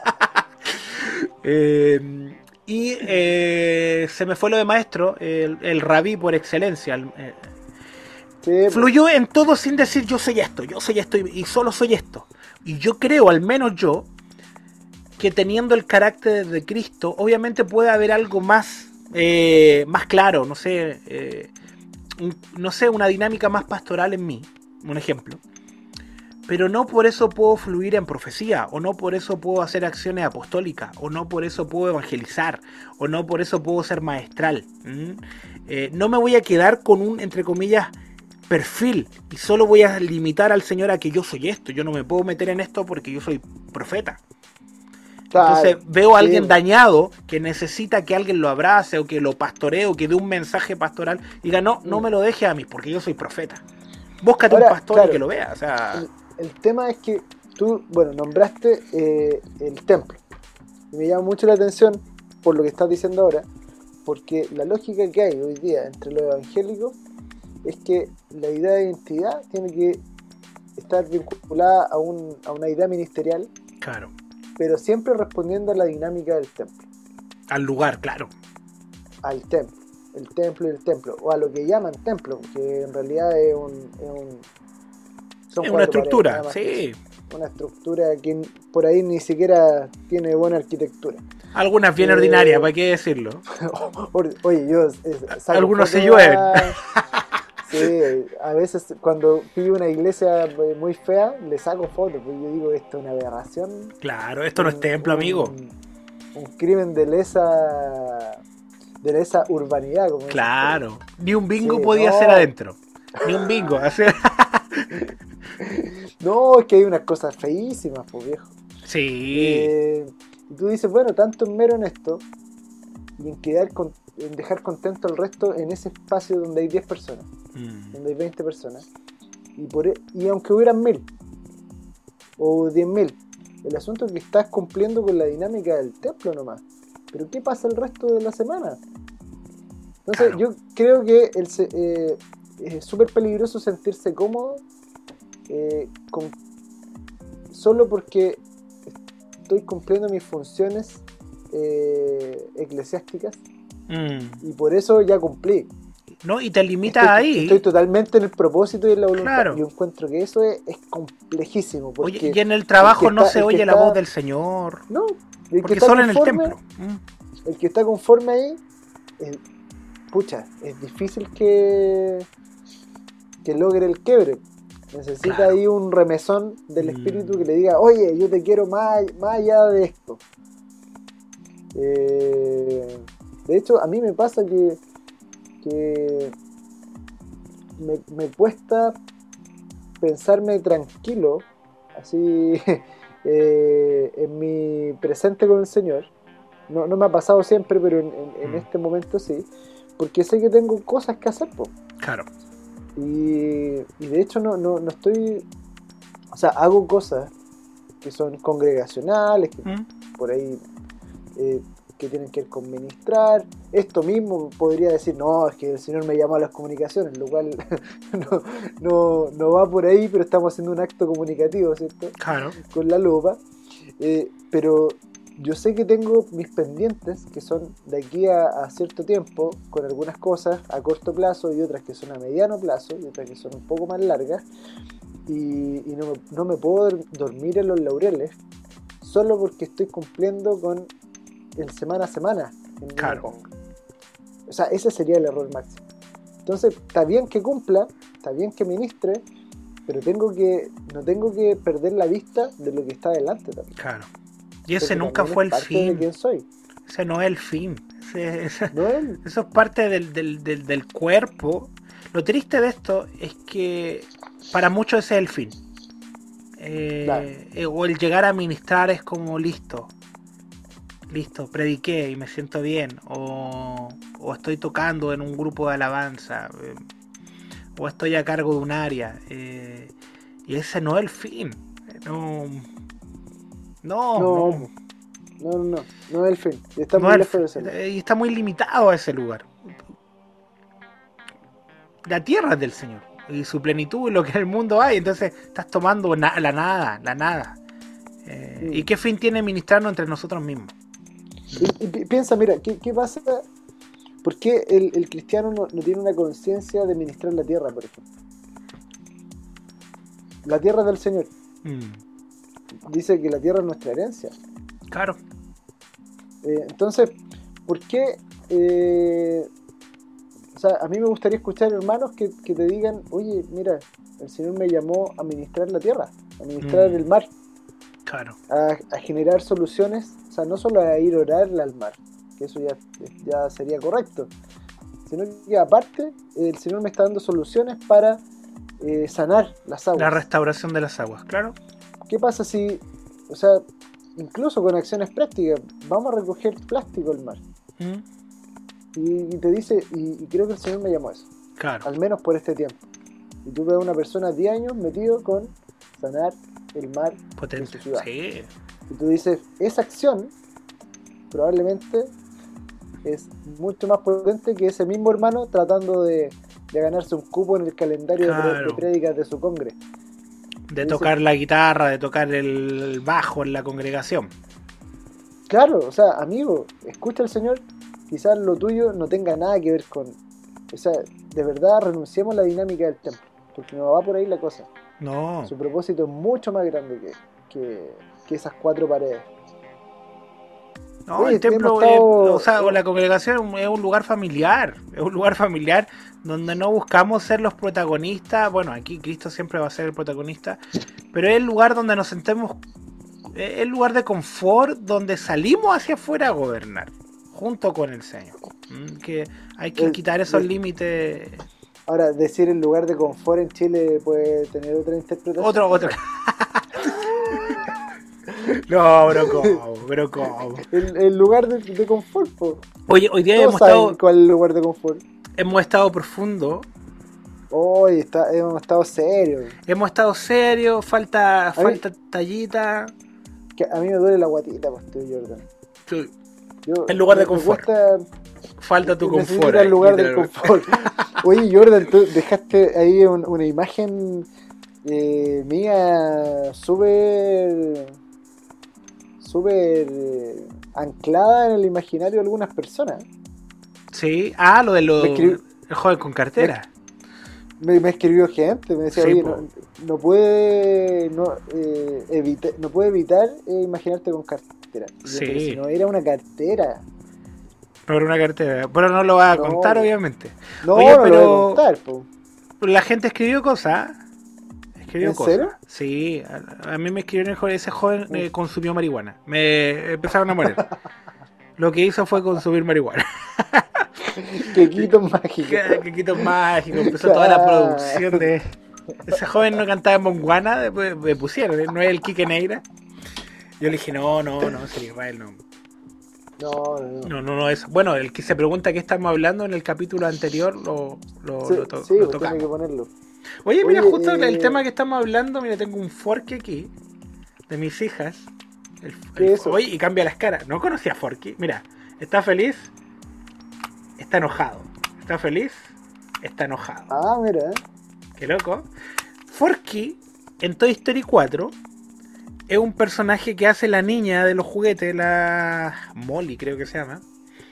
Eh, y eh, se me fue lo de maestro, el, el rabí por excelencia. el- eh, Sí, pues, fluyó en todo sin decir yo soy esto, yo soy esto y, y solo soy esto. Y yo creo, al menos yo, que teniendo el carácter de Cristo, obviamente puede haber algo más, eh, más claro, no sé, eh, un- no sé, una dinámica más pastoral en mí, un ejemplo. Pero no por eso puedo fluir en profecía, o no por eso puedo hacer acciones apostólicas, o no por eso puedo evangelizar, o no por eso puedo ser maestral. ¿Mm? Eh, no me voy a quedar con un, entre comillas, perfil, y solo voy a limitar al Señor a que yo soy esto, yo no me puedo meter en esto porque yo soy profeta. claro. Entonces veo a Sí, alguien pues. dañado que necesita que alguien lo abrace, o que lo pastoree, o que dé un mensaje pastoral, y diga, no, no me lo deje a mí, porque yo soy profeta. Búscate Ahora, un pastor claro. y que lo vea, o sea... El, el tema es que tú, bueno, nombraste eh, el templo. Y me llama mucho la atención por lo que estás diciendo ahora, porque la lógica que hay hoy día entre los evangélicos es que la idea de identidad tiene que estar vinculada a, un, a una idea ministerial, Claro. pero siempre respondiendo a la dinámica del templo, Al lugar, claro. al templo, el templo y el templo, o a lo que llaman templo, que en realidad es un... Es un son Es una cuatro estructura, paredes, nada más que sí. eso. Una estructura que por ahí ni siquiera tiene buena arquitectura. Algunas bien Eh, ordinarias, ¿para qué decirlo? Oye, yo eh, saco Algunos se fotos llueven. a- Sí, a veces cuando pillo una iglesia eh, muy fea, le saco fotos, porque yo digo, esto es una aberración. Claro, esto no es un- templo, un- amigo. Un crimen de lesa, de lesa urbanidad. Como dicen Claro. Ni un bingo Sí, podía no. ser adentro. Ni un bingo. así- por ahí. No, es que hay unas cosas feísimas, pues viejo. Sí. Eh, y tú dices, bueno, tanto en mero en esto y en quedar con- en dejar contento al resto en ese espacio donde hay diez personas, Mm, donde hay veinte personas, y por e- y aunque hubieran mil o diez mil, el asunto es que estás cumpliendo con la dinámica del templo nomás. Pero ¿qué pasa el resto de la semana? Entonces Claro. yo creo que el se- eh, es súper peligroso sentirse cómodo eh, con, solo porque estoy cumpliendo mis funciones eh, eclesiásticas mm. y por eso ya cumplí. No, y te limitas Estoy, ahí. estoy totalmente en el propósito y en la voluntad. Claro. Yo encuentro que eso es, es complejísimo. Porque Oye, y en el trabajo el que no está- se el que oye la está- voz del Señor. No, el que Porque está solo en el conforme- templo. Mm. El que está conforme ahí, es- pucha, es difícil que, que logre el quiebre. Necesita Claro. ahí un remesón del Mm. espíritu que le diga, oye, yo te quiero más, más allá de esto. Eh, de hecho, a mí me pasa que, que me, me cuesta pensarme tranquilo, así, eh, en mi presente con el Señor. No, no me ha pasado siempre, pero en, en- en Mm. este momento sí, porque sé que tengo cosas que hacer, po. Claro. Y, y de hecho no, no, no estoy, o sea, hago cosas que son congregacionales, que Mm. por ahí eh, que tienen que ver con ministrar. Esto mismo podría decir, no, es que el Señor me llamó a las comunicaciones, lo cual no, no, no va por ahí, pero estamos haciendo un acto comunicativo, ¿cierto? Claro. Con la lupa. Eh, pero yo sé que tengo mis pendientes, que son de aquí a, a cierto tiempo, con algunas cosas a corto plazo y otras que son a mediano plazo y otras que son un poco más largas. Y, y no, me, no me puedo dor- dormir en los laureles solo porque estoy cumpliendo con el semana a semana en Claro. una conga. O sea, ese sería el error máximo. Entonces, está bien que cumpla, está bien que ministre, pero tengo que no tengo que perder la vista de lo que está delante también. Claro. Y ese Porque nunca también fue es el parte fin. de quién soy. Ese no es el fin. Ese- ese- No él. eso es parte del, del, del, del cuerpo. Lo triste de esto es que para muchos ese es el fin. Eh, Claro. eh, o el llegar a ministrar es como listo. Listo, prediqué y me siento bien. O, o estoy tocando en un grupo de alabanza. eh, o estoy a cargo de un área. eh, y ese no es el fin. Eh, No, no, No, no. no, no, no, no es el fin. Y está No muy es el lejos de fin. serlo. Eh, Y está muy limitado a ese lugar. La tierra es del Señor. Y su plenitud y lo que en el mundo hay. Entonces estás tomando na- la nada, la nada. Eh, Mm. ¿Y qué fin tiene ministrarnos entre nosotros mismos? Y, y pi- piensa, mira, ¿qué, qué pasa? ¿Por qué el, el cristiano no, no tiene una conciencia de ministrar la tierra, por ejemplo? La tierra es del Señor. Mm, Dice que la tierra es nuestra herencia. claro. Eh, entonces, ¿por qué? eh, o sea, a mí me gustaría escuchar hermanos que, que te digan, oye, mira, el Señor me llamó a ministrar la tierra, a ministrar Mm. el mar, Claro. a, a generar soluciones, o sea, no solo a ir a orarle al mar, que eso ya, ya sería correcto, sino que aparte el Señor me está dando soluciones para eh, sanar las aguas. La restauración de las aguas, claro. ¿Qué pasa si, o sea, incluso con acciones prácticas, vamos a recoger plástico del mar? Mm, Y, y te dice, y, y creo que el Señor me llamó a eso, claro. al menos por este tiempo. Y tú ves a una persona diez años metido con sanar el mar de Potente. su ciudad. Sí. Y tú dices, esa acción probablemente es mucho más potente que ese mismo hermano tratando de, de ganarse un cupo en el calendario de pre- Claro. de prédicas de su congre. De Dice- tocar la guitarra, de tocar el bajo en la congregación. Claro, o sea, amigo, escucha al Señor, quizás lo tuyo no tenga nada que ver con... O sea, de verdad renunciemos a la dinámica del templo, porque no va por ahí la cosa. No. Su propósito es mucho más grande que, que, que esas cuatro paredes. No, Oye, el templo, hemos estado- es- o sea, o la congregación es un lugar familiar, es un lugar familiar donde no buscamos ser los protagonistas. Bueno, aquí Cristo siempre va a ser el protagonista, pero es el lugar donde nos sentemos, es el lugar de confort donde salimos hacia afuera a gobernar, junto con el Señor. Mm, Que hay que El- quitar esos el- límites. Ahora, decir el lugar de confort en Chile puede tener otra interpretación. Otro, otro. No, pero cómo, pero cómo. El, el lugar de, de confort, po. Oye, hoy día Todos hemos saben estado, cuál es el lugar de confort. hemos estado profundo. Hoy está, hemos estado serios. Hemos estado serios, falta, mí- falta tallita. Que a mí me duele la guatita, pues, tú, Jordan. Yo, El lugar de me- me confort. cuesta- Falta tu necesito confort. ir al ahí, lugar del literalmente. confort. Oye, Jordan, tú dejaste ahí un- una imagen eh, mía súper súper eh, anclada en el imaginario de algunas personas. Sí, ah, lo de lo, Me escribí- el joven con cartera. Me, me escribió gente, me decía, Sí, oye, po. no, no puede no, eh, evita- no puede evitar eh, imaginarte con cartera. Y yo, Sí. pero si no era una cartera. No era una cartera. Pero no lo va a No. contar, obviamente. No, Oye, no pero- lo voy a contar, po. La gente escribió cosas. Escribió ¿En cosas. serio? Sí, a, a mí me escribieron el joven, ese joven eh, consumió marihuana. Me empezaron a morir. Lo que hizo fue consumir marihuana. Quequitos mágicos. Que quito mágico, empezó toda la producción de. Ese joven no cantaba en Monguana, después me pusieron, ¿eh? No es el Quique Negra. Yo le dije, no, no, no, es el Israel, no. No, no, no. No, no, no, eso. Bueno, el que se pregunta qué estamos hablando en el capítulo anterior lo, lo, Sí, lo, to- sí, lo pues tiene que tocamos. ponerlo. Oye, mira, Oye, justo eh, el tema que estamos hablando, mira, tengo un forky aquí de mis hijas. El, ¿Qué el- es eso? Oye, y cambia las caras. No conocía a Forky. Mira, está feliz, está enojado. Está feliz, está enojado. Ah, mira, eh. Qué loco. Forky, en Toy Story cuatro, es un personaje que hace la niña de los juguetes, la Molly creo que se llama.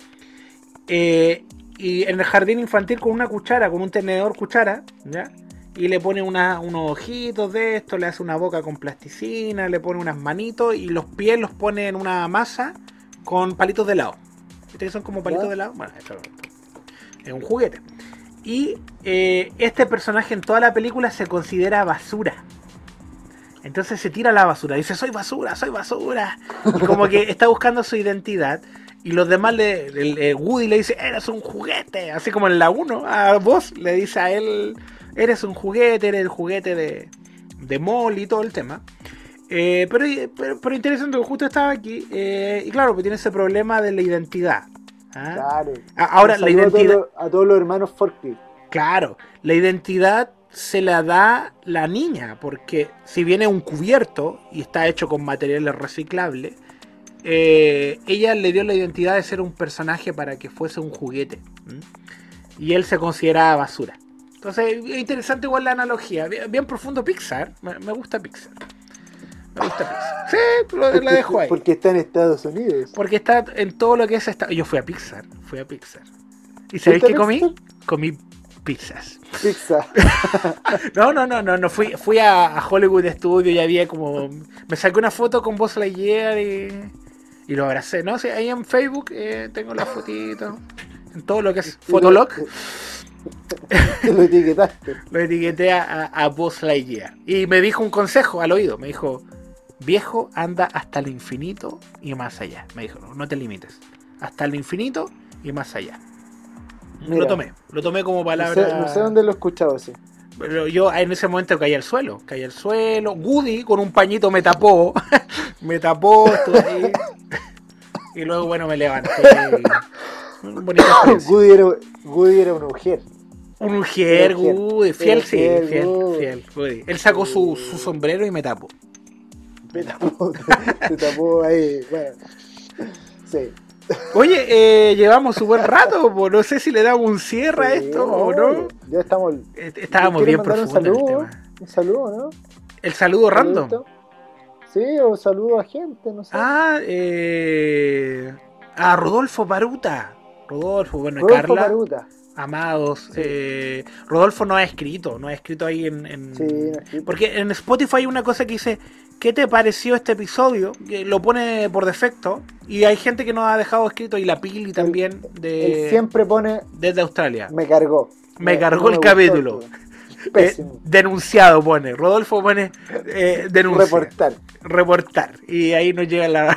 Eh, y en el jardín infantil con una cuchara, con un tenedor cuchara, ¿ya? Y le pone una, unos ojitos de esto, le hace una boca con plasticina, le pone unas manitos y los pies los pone en una masa con palitos de helado. ¿Viste que son como palitos ¿Ya? de helado? Bueno, esto es un juguete. Y eh, este personaje en toda la película se considera basura. Entonces se tira a la basura. Dice, soy basura, soy basura. Y como que está buscando su identidad. Y los demás, le, el, el Woody le dice, eres un juguete. Así como en la uno, a vos le dice a él, eres un juguete, eres el juguete de, de Molly y todo el tema. Eh, pero, pero, pero interesante que justo estaba aquí. Eh, y claro, pues tiene ese problema de la identidad. ¿Ah? Claro. Ahora, Un la saludo identidad... A todos, los, a todos los hermanos Forky. Claro, la identidad se la da la niña, porque si viene un cubierto y está hecho con materiales reciclables, eh, ella le dio la identidad de ser un personaje para que fuese un juguete. ¿Mm? Y él se consideraba basura. Entonces, es interesante igual la analogía. Bien, bien profundo Pixar. Me, me gusta Pixar. Me gusta Pixar. Sí, lo, la dejo ahí. Porque está en Estados Unidos. Porque está en todo lo que es... Esta... Yo fui a Pixar. Fui a Pixar. ¿Y sabéis qué comí? Pixar? Comí pizzas. Pizza. No, no, no, no, no. Fui, fui a, a Hollywood Studio y había como... Me saqué una foto con Buzz Lightyear y, y lo abracé, ¿no? Sí, ahí en Facebook eh, tengo la fotito. En todo lo que es Fotolog. Lo etiquetaste. Lo etiqueté a, a Buzz Lightyear. Y me dijo un consejo al oído. Me dijo, viejo, anda hasta el infinito y más allá. Me dijo, no, no te limites. Hasta el infinito y más allá. Mira, lo tomé, lo tomé como No palabra. sé, no sé dónde lo he escuchado así. Pero yo en ese momento caí al suelo, caí al suelo. Woody con un pañito me tapó, me tapó, estuve ahí. Y luego, bueno, me levanté. Y... bonita experiencia. Woody era, Woody era una mujer. Un ujier, Era ujier. Woody, fiel, Era sí, fiel, fiel, Woody. fiel, Woody. Él sacó su, su sombrero y me tapó. Me tapó, te, te tapó ahí. Bueno, sí. Oye, eh, llevamos un buen rato, po. No sé si le damos un cierre a Sí, esto o no. Ya estamos. Eh, Estábamos bien ¿Quieres mandar profundos en el un saludo? tema. Un saludo, ¿no? El saludo random. ¿Saludito? Sí, o saludo a gente, no sé. Ah, eh, a Rodolfo Baruta. Rodolfo, bueno, y Rodolfo Carla, Maruta. amados. Sí. Eh, Rodolfo no ha escrito, no ha escrito ahí en, en- Sí, no ha escrito. porque en Spotify hay una cosa que dice, ¿qué te pareció este episodio? Que lo pone por defecto y hay gente que nos ha dejado escrito y la Pili también de Él siempre pone, desde Australia. me cargó. Me No- cargó no el gustó capítulo. esto. Eh, Pésimo. denunciado pone, Rodolfo pone eh, denuncia. Reportar. reportar y ahí nos llega la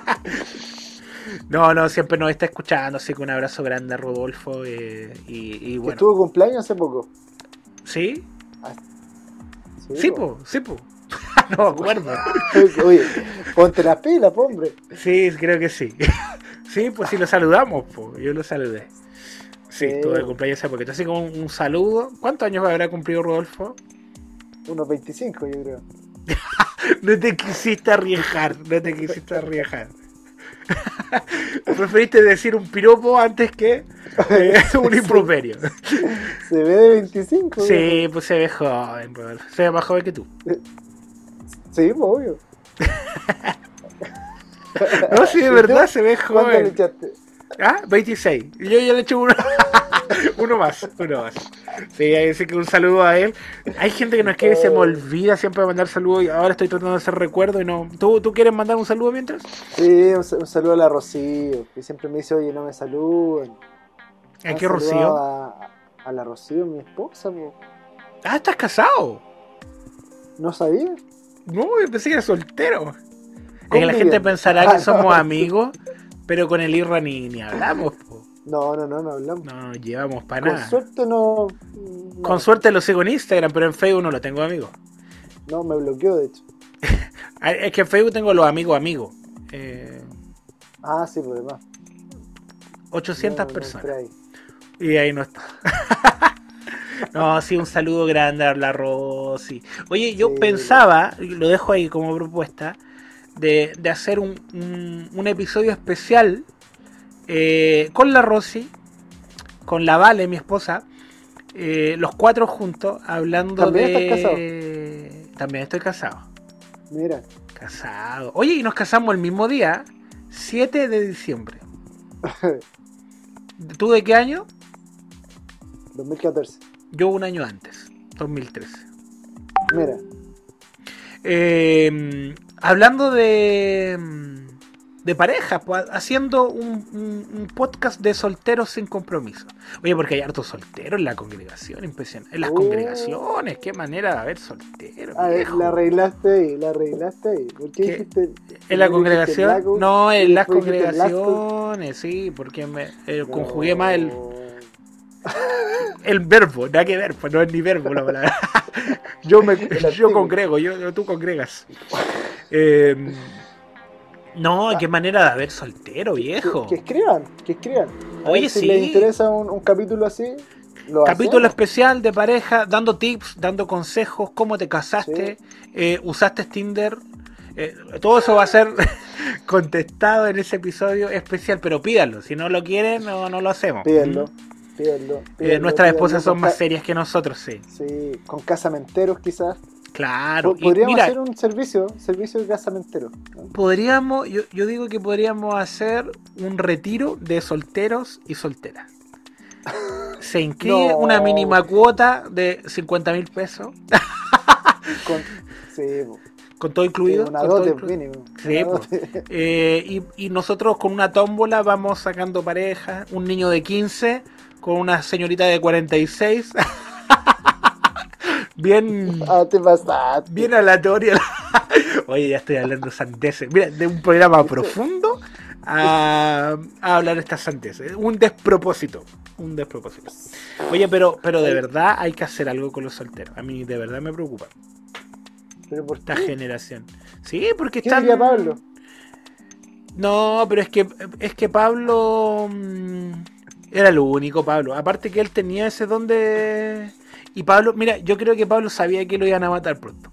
no no siempre nos está escuchando, así que un abrazo grande a Rodolfo eh, y, y bueno Estuvo cumpleaños hace poco. sí Sí, sí po. po sí po no me acuerdo Oye, ponte las pilas, po, hombre. sí creo que sí sí pues sí lo saludamos po. Yo lo saludé sí, Sí. tuve cumpleaños hace poquito, así como un, un saludo. ¿Cuántos años habrá cumplido Rodolfo? Unos veinticinco, yo creo. No te quisiste arriesgar, no te quisiste arriesgar. Preferiste decir un piropo antes que eh, un improperio. Se ve de veinticinco. Sí, pues se ve joven, Rodolfo. Se ve más joven que tú. ¿no? Sí, pues, obvio. No, sí, de verdad se ve ¿Cuánto le joven. echaste? Ah, veintiséis. Y yo ya le eché uno, uno más, uno más. Sí, así que un saludo a él. Hay gente que nos escribe y se me olvida siempre mandar saludos y ahora estoy tratando de hacer recuerdo y no. ¿Tú, ¿tú quieres mandar un saludo mientras? Sí, un, un saludo a la Rocío, que siempre me dice, oye, no me saluden. ¿A qué Un saludo Rocío? A, a la Rocío, mi esposa, po. Ah, estás casado. ¿No sabía? No, yo pensé que era soltero. Es que la Conviviendo. gente pensará Ah, que somos no. amigos, pero con el Irra ni, ni hablamos, po. No, no, no, no hablamos. No nos llevamos para Con nada. suerte no, no. Con suerte lo sigo en Instagram, pero en Facebook no lo tengo amigo. No, me bloqueó, de hecho. Es que en Facebook tengo los amigos amigos. Eh, Ah, sí, por demás. ochocientas No, no personas. entré ahí. Y ahí no está. No, sí, un saludo grande a la Rosy. Oye, yo Sí. pensaba, y lo dejo ahí como propuesta, de, de hacer un, un, un episodio especial eh, con la Rosy, con la Vale, mi esposa, eh, los cuatro juntos, hablando ¿También de... estás casado? También estoy casado. Mira. Casado. Oye, y nos casamos el mismo día, siete de diciembre. ¿Tú de qué año? dos mil catorce. Yo un año antes, dos mil trece. Mira. Eh, hablando de de parejas, pues, haciendo un, un, un podcast de solteros sin compromiso. Oye, porque hay hartos solteros en la congregación, impresionante. En las Oh. congregaciones, qué manera de haber solteros. A ver, viejo. la arreglaste ahí, la arreglaste ahí. ¿Por qué ¿Qué? dijiste? ¿En la primero dijiste congregación? laco, No, y en las después dijiste lasco? congregaciones, sí, porque me eh, No. conjugué más el, el verbo, nada que ver, pues no es ni verbo la palabra. yo me, yo artículo. congrego, yo, tú congregas. Eh, no, qué manera de haber soltero, viejo. Que, que escriban, que escriban. A Oye, ver si sí. les interesa un, un capítulo así, lo Capítulo hacemos. especial de pareja, dando tips, dando consejos, cómo te casaste, eh, usaste Tinder. Eh, todo eso va a ser contestado en ese episodio especial, pero pídanlo. Si no lo quieren, no, no lo hacemos. Pídanlo, ¿Mm? pídanlo. Eh, pídanlo, nuestras pídanlo esposas con son más ca- serias que nosotros, sí. Sí, con casamenteros quizás. Claro. Po- Y Podríamos mira, hacer un servicio, servicio de casamenteros, ¿no? podríamos, yo, yo digo que podríamos hacer un retiro de solteros y solteras. Se inscribe No. una mínima cuota de cincuenta mil pesos, Con, sí, po. con todo incluido. una con todo dote incluido. mínimo. Sí, una po. dote. Eh, y, y nosotros con una tómbola vamos sacando pareja, un niño de quince con una señorita de cuarenta y seis. Bien, Ah, te pasaste. bien aleatoria. Oye, ya estoy hablando sandeces. Mira, de un programa profundo a, a hablar estas sandeces. Un despropósito. Un despropósito. Oye, pero, pero de verdad hay que hacer algo con los solteros. A mí de verdad me preocupa ¿Pero por esta qué? generación. Sí, porque ¿Qué están... diría Pablo? No, pero es que es que Pablo mm, era lo único, Pablo. Aparte que él tenía ese don de... Y Pablo, mira, yo creo que Pablo sabía que lo iban a matar pronto.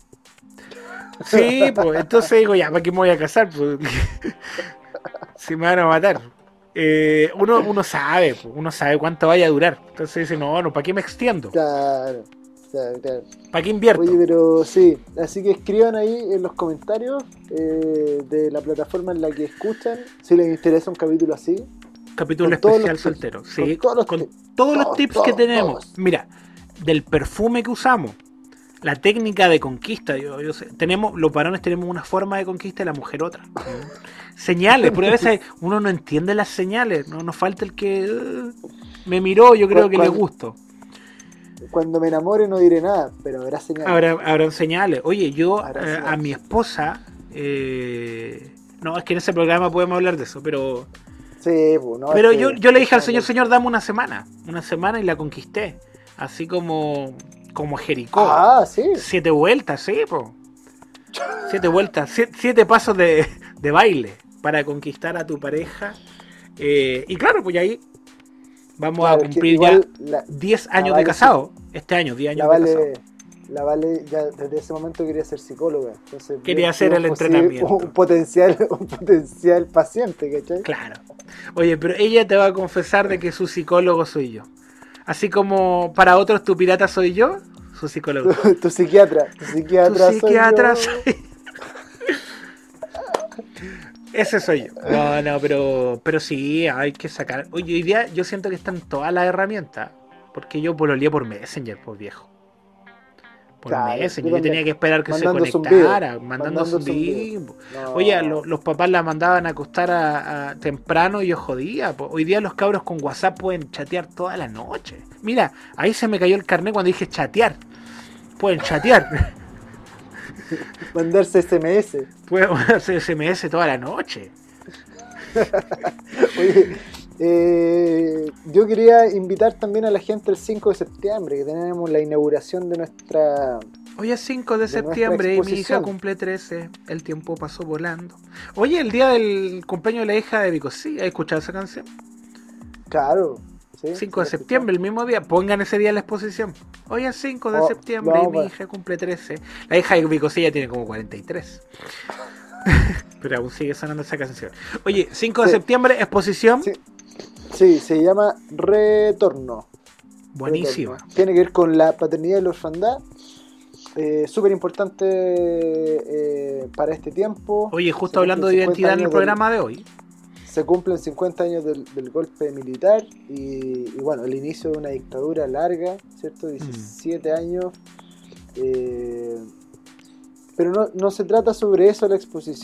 Sí, pues entonces digo, ya, ¿para qué me voy a casar? Pues, si me van a matar. Eh, uno, uno sabe, pues, uno sabe cuánto vaya a durar. Entonces dice, no, no, ¿para qué me extiendo? Claro, claro, claro. ¿Para qué invierto? Oye, pero sí, así que escriban ahí en los comentarios eh, de la plataforma en la que escuchan, si les interesa un capítulo así. Capítulo con todos especial los tips, soltero. Sí, con todos los con tips. todos los Todos, tips todos, que tenemos. todos. Mira, del perfume que usamos, la técnica de conquista. Yo, yo sé, tenemos, los varones tenemos una forma de conquista y la mujer otra. Señales, porque a veces uno no entiende las señales. No nos falta el que uh, me miró, yo creo Cu- que le cuando- gusto. Cuando me enamore no diré nada, pero verás señales. Habrá, habrán señales. Oye, yo Habrá eh, a señales. mi esposa, eh, no, es que en ese programa podemos hablar de eso, pero Sí, pues, no, pero es que- yo, yo le dije al no, señor, no. señor, dame una semana, una semana y la conquisté, así como como Jericó, Ah, sí. siete vueltas, sí, po. siete vueltas, siete, siete pasos de, de baile para conquistar a tu pareja, eh, y claro, pues ahí vamos Claro, a es que cumplir igual ya la, diez años Vale de casado, este año, diez la años de casado. Vale, la Vale ya desde ese momento quería ser psicóloga. Entonces, Quería vio- hacer vio el un posi- entrenamiento. Un potencial, un potencial paciente, ¿cachai? Claro. Oye, pero ella te va a confesar de que su psicólogo soy yo. Así como para otros tu pirata soy yo, su psicólogo. Tu, tu psiquiatra, tu Tu psiquiatra, soy psiquiatra yo. soy... Ese soy yo. No, no, pero, pero sí, hay que sacar. Oye, hoy día yo siento que están todas las herramientas. Porque yo pololeé por Messenger, por viejo. Por Claro, Messenger. yo Yo tenía también. que esperar que Mandando se zumbido, conectara. Mandando mandando zumbido. No. Oye, lo- los papás la mandaban a acostar a, a temprano y yo jodía. Po. Hoy día los cabros con WhatsApp pueden chatear toda la noche. Mira, ahí se me cayó el carnet cuando dije chatear. Pueden chatear. Mandarse S M S. Pueden hacer S M S toda la noche. Oye, eh, yo quería invitar también a la gente el cinco de septiembre, que tenemos la inauguración de nuestra... Hoy es cinco de de nuestra septiembre y mi hija exposición. cumple trece. El tiempo pasó volando. Oye, el día del cumpleaños de la hija de Vicosí. ¿Has escuchado esa canción? Claro. ¿sí? cinco de ¿Sí? septiembre, el mismo día. Pongan ese día la exposición. Hoy es cinco de Oh, septiembre vamos, y mi va. hija cumple trece. La hija de Vicosí ya tiene como cuarenta y tres. Pero aún sigue sonando esa canción. Oye, cinco de Sí. septiembre, exposición. Sí. Sí, se llama Retorno. Buenísima. Retorno. Tiene que ver con la paternidad y la orfandad. Eh, Súper importante eh, para este tiempo. Oye, Se justo hablando de cumplen identidad en cincuenta el años programa de hoy. del- se cumplen cincuenta años del, del golpe militar y, y bueno, el inicio de una dictadura larga, ¿cierto? diecisiete años. Eh, pero no, no se trata sobre eso la exposición,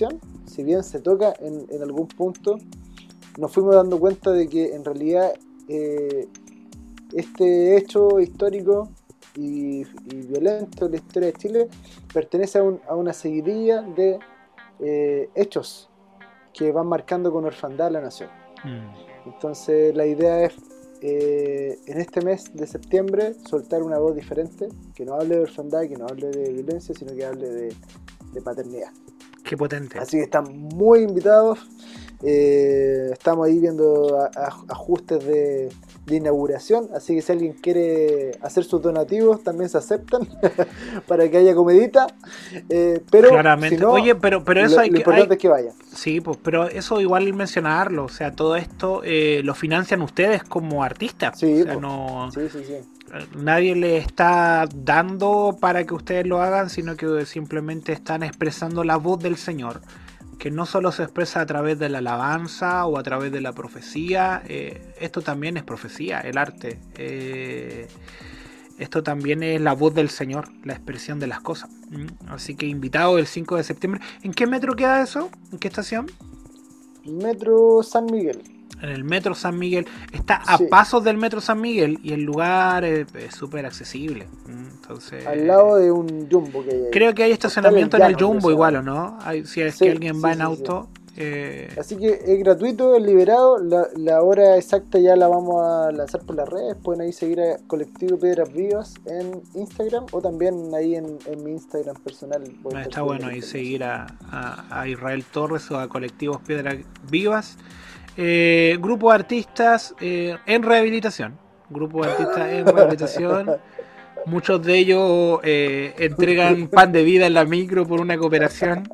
si bien se toca en, en algún punto, nos fuimos dando cuenta de que en realidad eh, este hecho histórico y, y violento de la historia de Chile pertenece a, un, a una seguidilla de eh, hechos que van marcando con orfandad a la nación. Mm. Entonces la idea es eh, en este mes de septiembre soltar una voz diferente, que no hable de orfandad, que no hable de violencia, sino que hable de, de paternidad. Qué potente. Así que están muy invitados. Eh, estamos ahí viendo a, a, ajustes de, de inauguración, así que si alguien quiere hacer sus donativos también se aceptan para que haya comedita, eh, pero claramente. Si no, oye pero pero eso lo, hay lo que importante hay, es que vayan. Sí, pues, pero eso igual mencionarlo, o sea, todo esto eh, lo financian ustedes como artistas. Sí, o sea, pues. no sí, sí, sí. Nadie le está dando para que ustedes lo hagan, sino que simplemente están expresando la voz del Señor, que no solo se expresa a través de la alabanza o a través de la profecía. Eh, esto también es profecía, el arte. Eh, esto también es la voz del Señor, la expresión de las cosas. ¿Mm? Así que invitado el cinco de septiembre. ¿En qué metro queda eso? ¿En qué estación? Metro San Miguel. En el Metro San Miguel. Está a Sí. pasos del Metro San Miguel y el lugar es súper accesible. Entonces, al lado de un Jumbo que hay ahí. creo que hay estacionamiento en el Llano, Jumbo igual, ¿o no? Hay, si es Sí, que alguien va sí, en sí, auto. Eh... Así que es gratuito, es liberado. La, la hora exacta ya la vamos a lanzar por las redes. Pueden ahí seguir a Colectivo Piedras Vivas en Instagram o también ahí en, en mi Instagram personal. Está bueno ahí seguir a, a, a Israel Torres o a Colectivos Piedras Vivas. Eh, grupo de artistas eh, en rehabilitación. Grupo de artistas en rehabilitación. Muchos de ellos eh, entregan pan de vida en la micro por una cooperación.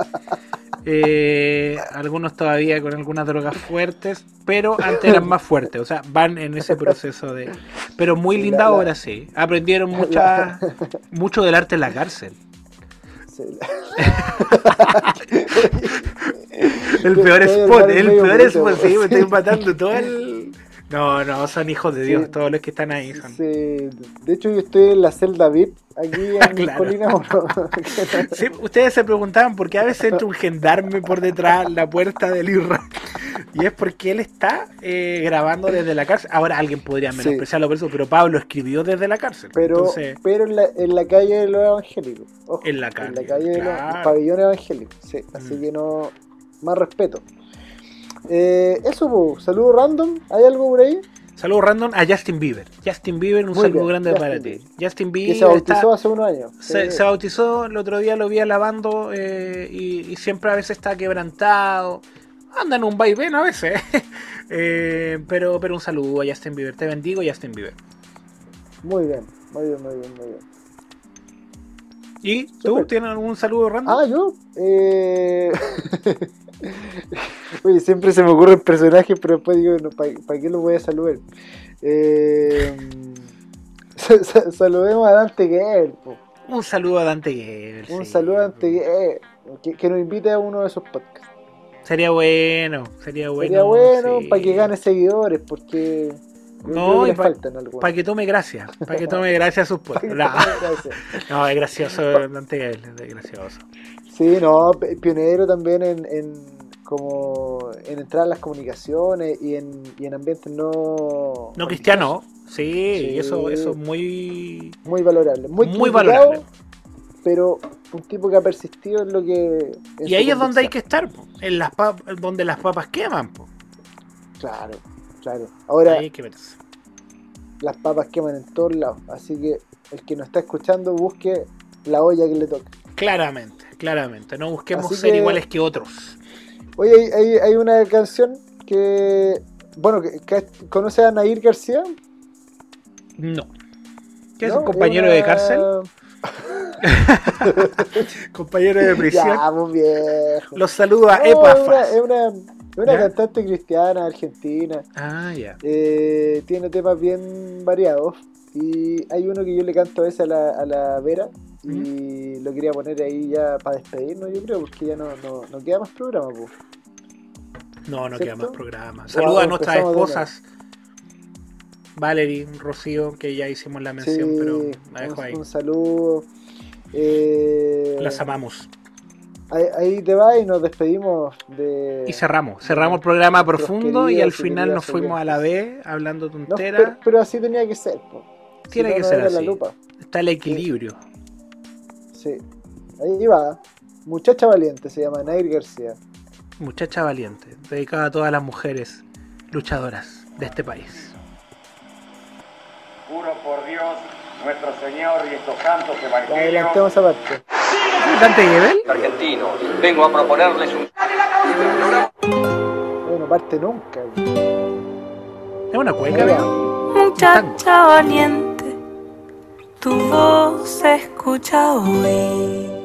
Eh, algunos todavía con algunas drogas fuertes, pero antes eran más fuertes, o sea, van en ese proceso de... Pero muy sí, linda la, obra, la, sí. Aprendieron mucha, la, mucho del arte en la cárcel. Sí, el peor spot, el peor spot, sí, me estoy matando todo el... No, no, son hijos de Dios, sí, todos los que están ahí son. Sí, de hecho yo estoy en la celda V I P aquí en claro. Colina Moro. Sí, ustedes se preguntaban por qué a veces entra un gendarme por detrás la puerta del I R A. Y es porque él está eh, grabando desde la cárcel. Ahora alguien podría menospreciarlo sí. por eso, pero Pablo escribió desde la cárcel. Pero, Entonces, pero en, la, en la calle de los evangélicos. Ojo, en la calle, en la calle claro. de los pabellones evangélicos. Sí, así mm. que no, más respeto. Eh, eso, pues, saludo random. ¿Hay algo por ahí? Saludo random a Justin Bieber. Justin Bieber, un Muy saludo bien, grande Justin para ti. Justin Bieber. Que se bautizó está, hace unos años. Se, sí. se bautizó, el otro día lo vi alabando eh, y, y siempre a veces está quebrantado. Anda en un vaivén a veces. eh, pero, pero un saludo a Justin Bieber. Te bendigo, Justin Bieber. Muy bien, muy bien, muy bien, muy bien. ¿Y tú Super. tienes algún saludo random? Ah, yo. Eh... Oye, siempre se me ocurren personajes, pero después digo, no, ¿para pa qué lo voy a saludar? Eh... Saludemos a Dante Gebel. Un saludo a Dante Gebel. Un sí, saludo a Dante Gebel. Que, que nos invite a uno de esos podcasts. Sería bueno, sería bueno. Sería bueno sí. para que gane seguidores, porque... No, y para pa que tome gracias, para que tome gracias a sus podcasts. No. no, es gracioso Dante Gebel, es gracioso. Sí, no, pionero también en, en como en entrar a las comunicaciones y en, y en ambientes no... No cristianos, sí, sí, y eso, eso es muy... Muy valorable, muy, muy valorable. Pero un tipo que ha persistido en lo que... En y ahí es donde hay que estar, po, en las pap donde las papas queman. Po. Claro, claro. Ahora, ahí hay que verse. Las papas queman en todos lados, así que el que nos está escuchando busque la olla que le toca. Claramente, claramente, no busquemos así ser que, iguales que otros. Oye, hay, hay, hay una canción que... Bueno, que, que, ¿conoce a Nair García? No. ¿Qué es ¿No? un compañero una... de cárcel? Compañero de prisión. Ya, muy viejo. Los saludo a no, Epafas. Es una, es una, una cantante cristiana argentina. Ah, ya. Eh, tiene temas bien variados. Y hay uno que yo le canto a veces a la, a la Vera. Y ¿Mm? Lo quería poner ahí ya para despedirnos, yo creo, porque ya no, no, no queda más programa, pues. No, no ¿cierto? Queda más programa. Saludos wow, a nuestras esposas. Valerie, Rocío, que ya hicimos la mención, sí, pero la dejo un, ahí. Un saludo. Eh... Las amamos. ahí, ahí te va y nos despedimos de... Y cerramos, cerramos el programa profundo y al queridos y final queridas nos fuimos a la oyentes. B hablando No, tonteras. pero, pero así tenía que ser, po. Tiene Si no, que no ser era la así. lupa. Está el equilibrio. Sí. Ahí va. Muchacha Valiente se llama Nair García. Muchacha valiente, dedicada a todas las mujeres luchadoras de este país. Juro por Dios, nuestro Señor y estos santos evangelios. Adelantemos esa parte. ¿Dante Gebel? Argentinos, vengo a proponerles un... Bueno, parte nunca. ¿Es una cueca, veo? Muchacha valiente, tu voz se escucha hoy.